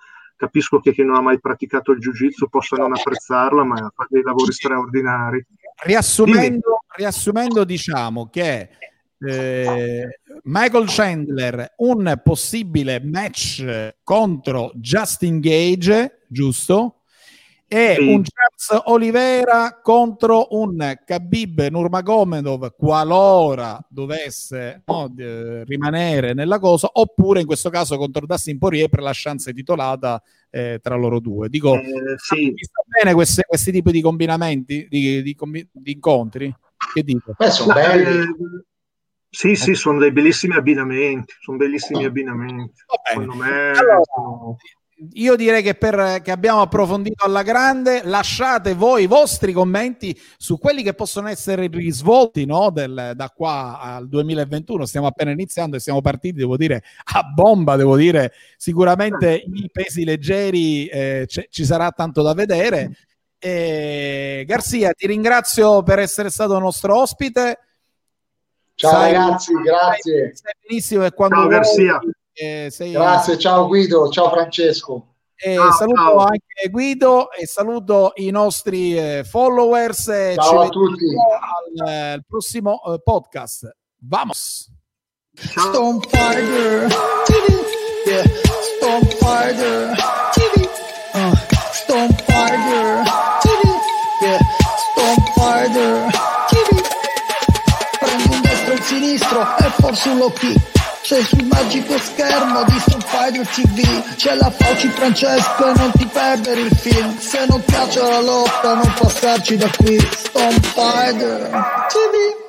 capisco che chi non ha mai praticato il jiu-jitsu possa non apprezzarla, ma fa dei lavori straordinari. Riassumendo, riassumendo diciamo che eh, Michael Chandler, un possibile match contro Justin Gage, giusto? E sì. un Charles Oliveira contro un Khabib Nurmagomedov, qualora dovesse no, d- rimanere nella cosa, oppure in questo caso contro Dustin Poirier per la chance titolata eh, tra loro due. Dico, eh, sì. mi sta bene questi, questi tipi di combinamenti, di, di, combi- di incontri? Che dite? Beh, sono Ma, belli. eh, sì, sì, sono dei bellissimi abbinamenti, sono bellissimi abbinamenti. Va bene. Secondo me Allora, sono... io direi che per che abbiamo approfondito alla grande, lasciate voi i vostri commenti su quelli che possono essere i risvolti, no, del, da qua al duemilaventuno. Stiamo appena iniziando e siamo partiti, devo dire, a bomba, devo dire, sicuramente i pesi leggeri eh, c- ci sarà tanto da vedere. E, Garzia, ti ringrazio per essere stato nostro ospite. Ciao sai, ragazzi, grazie. Sai benissimo che quando ciao vuoi, Garzia. eh, sei... Grazie, ciao Guido, ciao Francesco. E ciao, saluto ciao. anche Guido e saluto i nostri eh, followers. E ciao ci a vediamo tutti. al, eh, al prossimo eh, podcast. Vamos! Stone Fighter T V, yeah. Stone Fighter T V, uh. Stone Fighter T V, yeah. Stone Fighter T V. Prendi un destro e il sinistro e forse un low kick. Sei sul magico schermo di Stone Fighter T V. C'è la Fauci Francesco e non ti perdere il film. Se non piace la lotta non passarci da qui. Stone Fighter T V.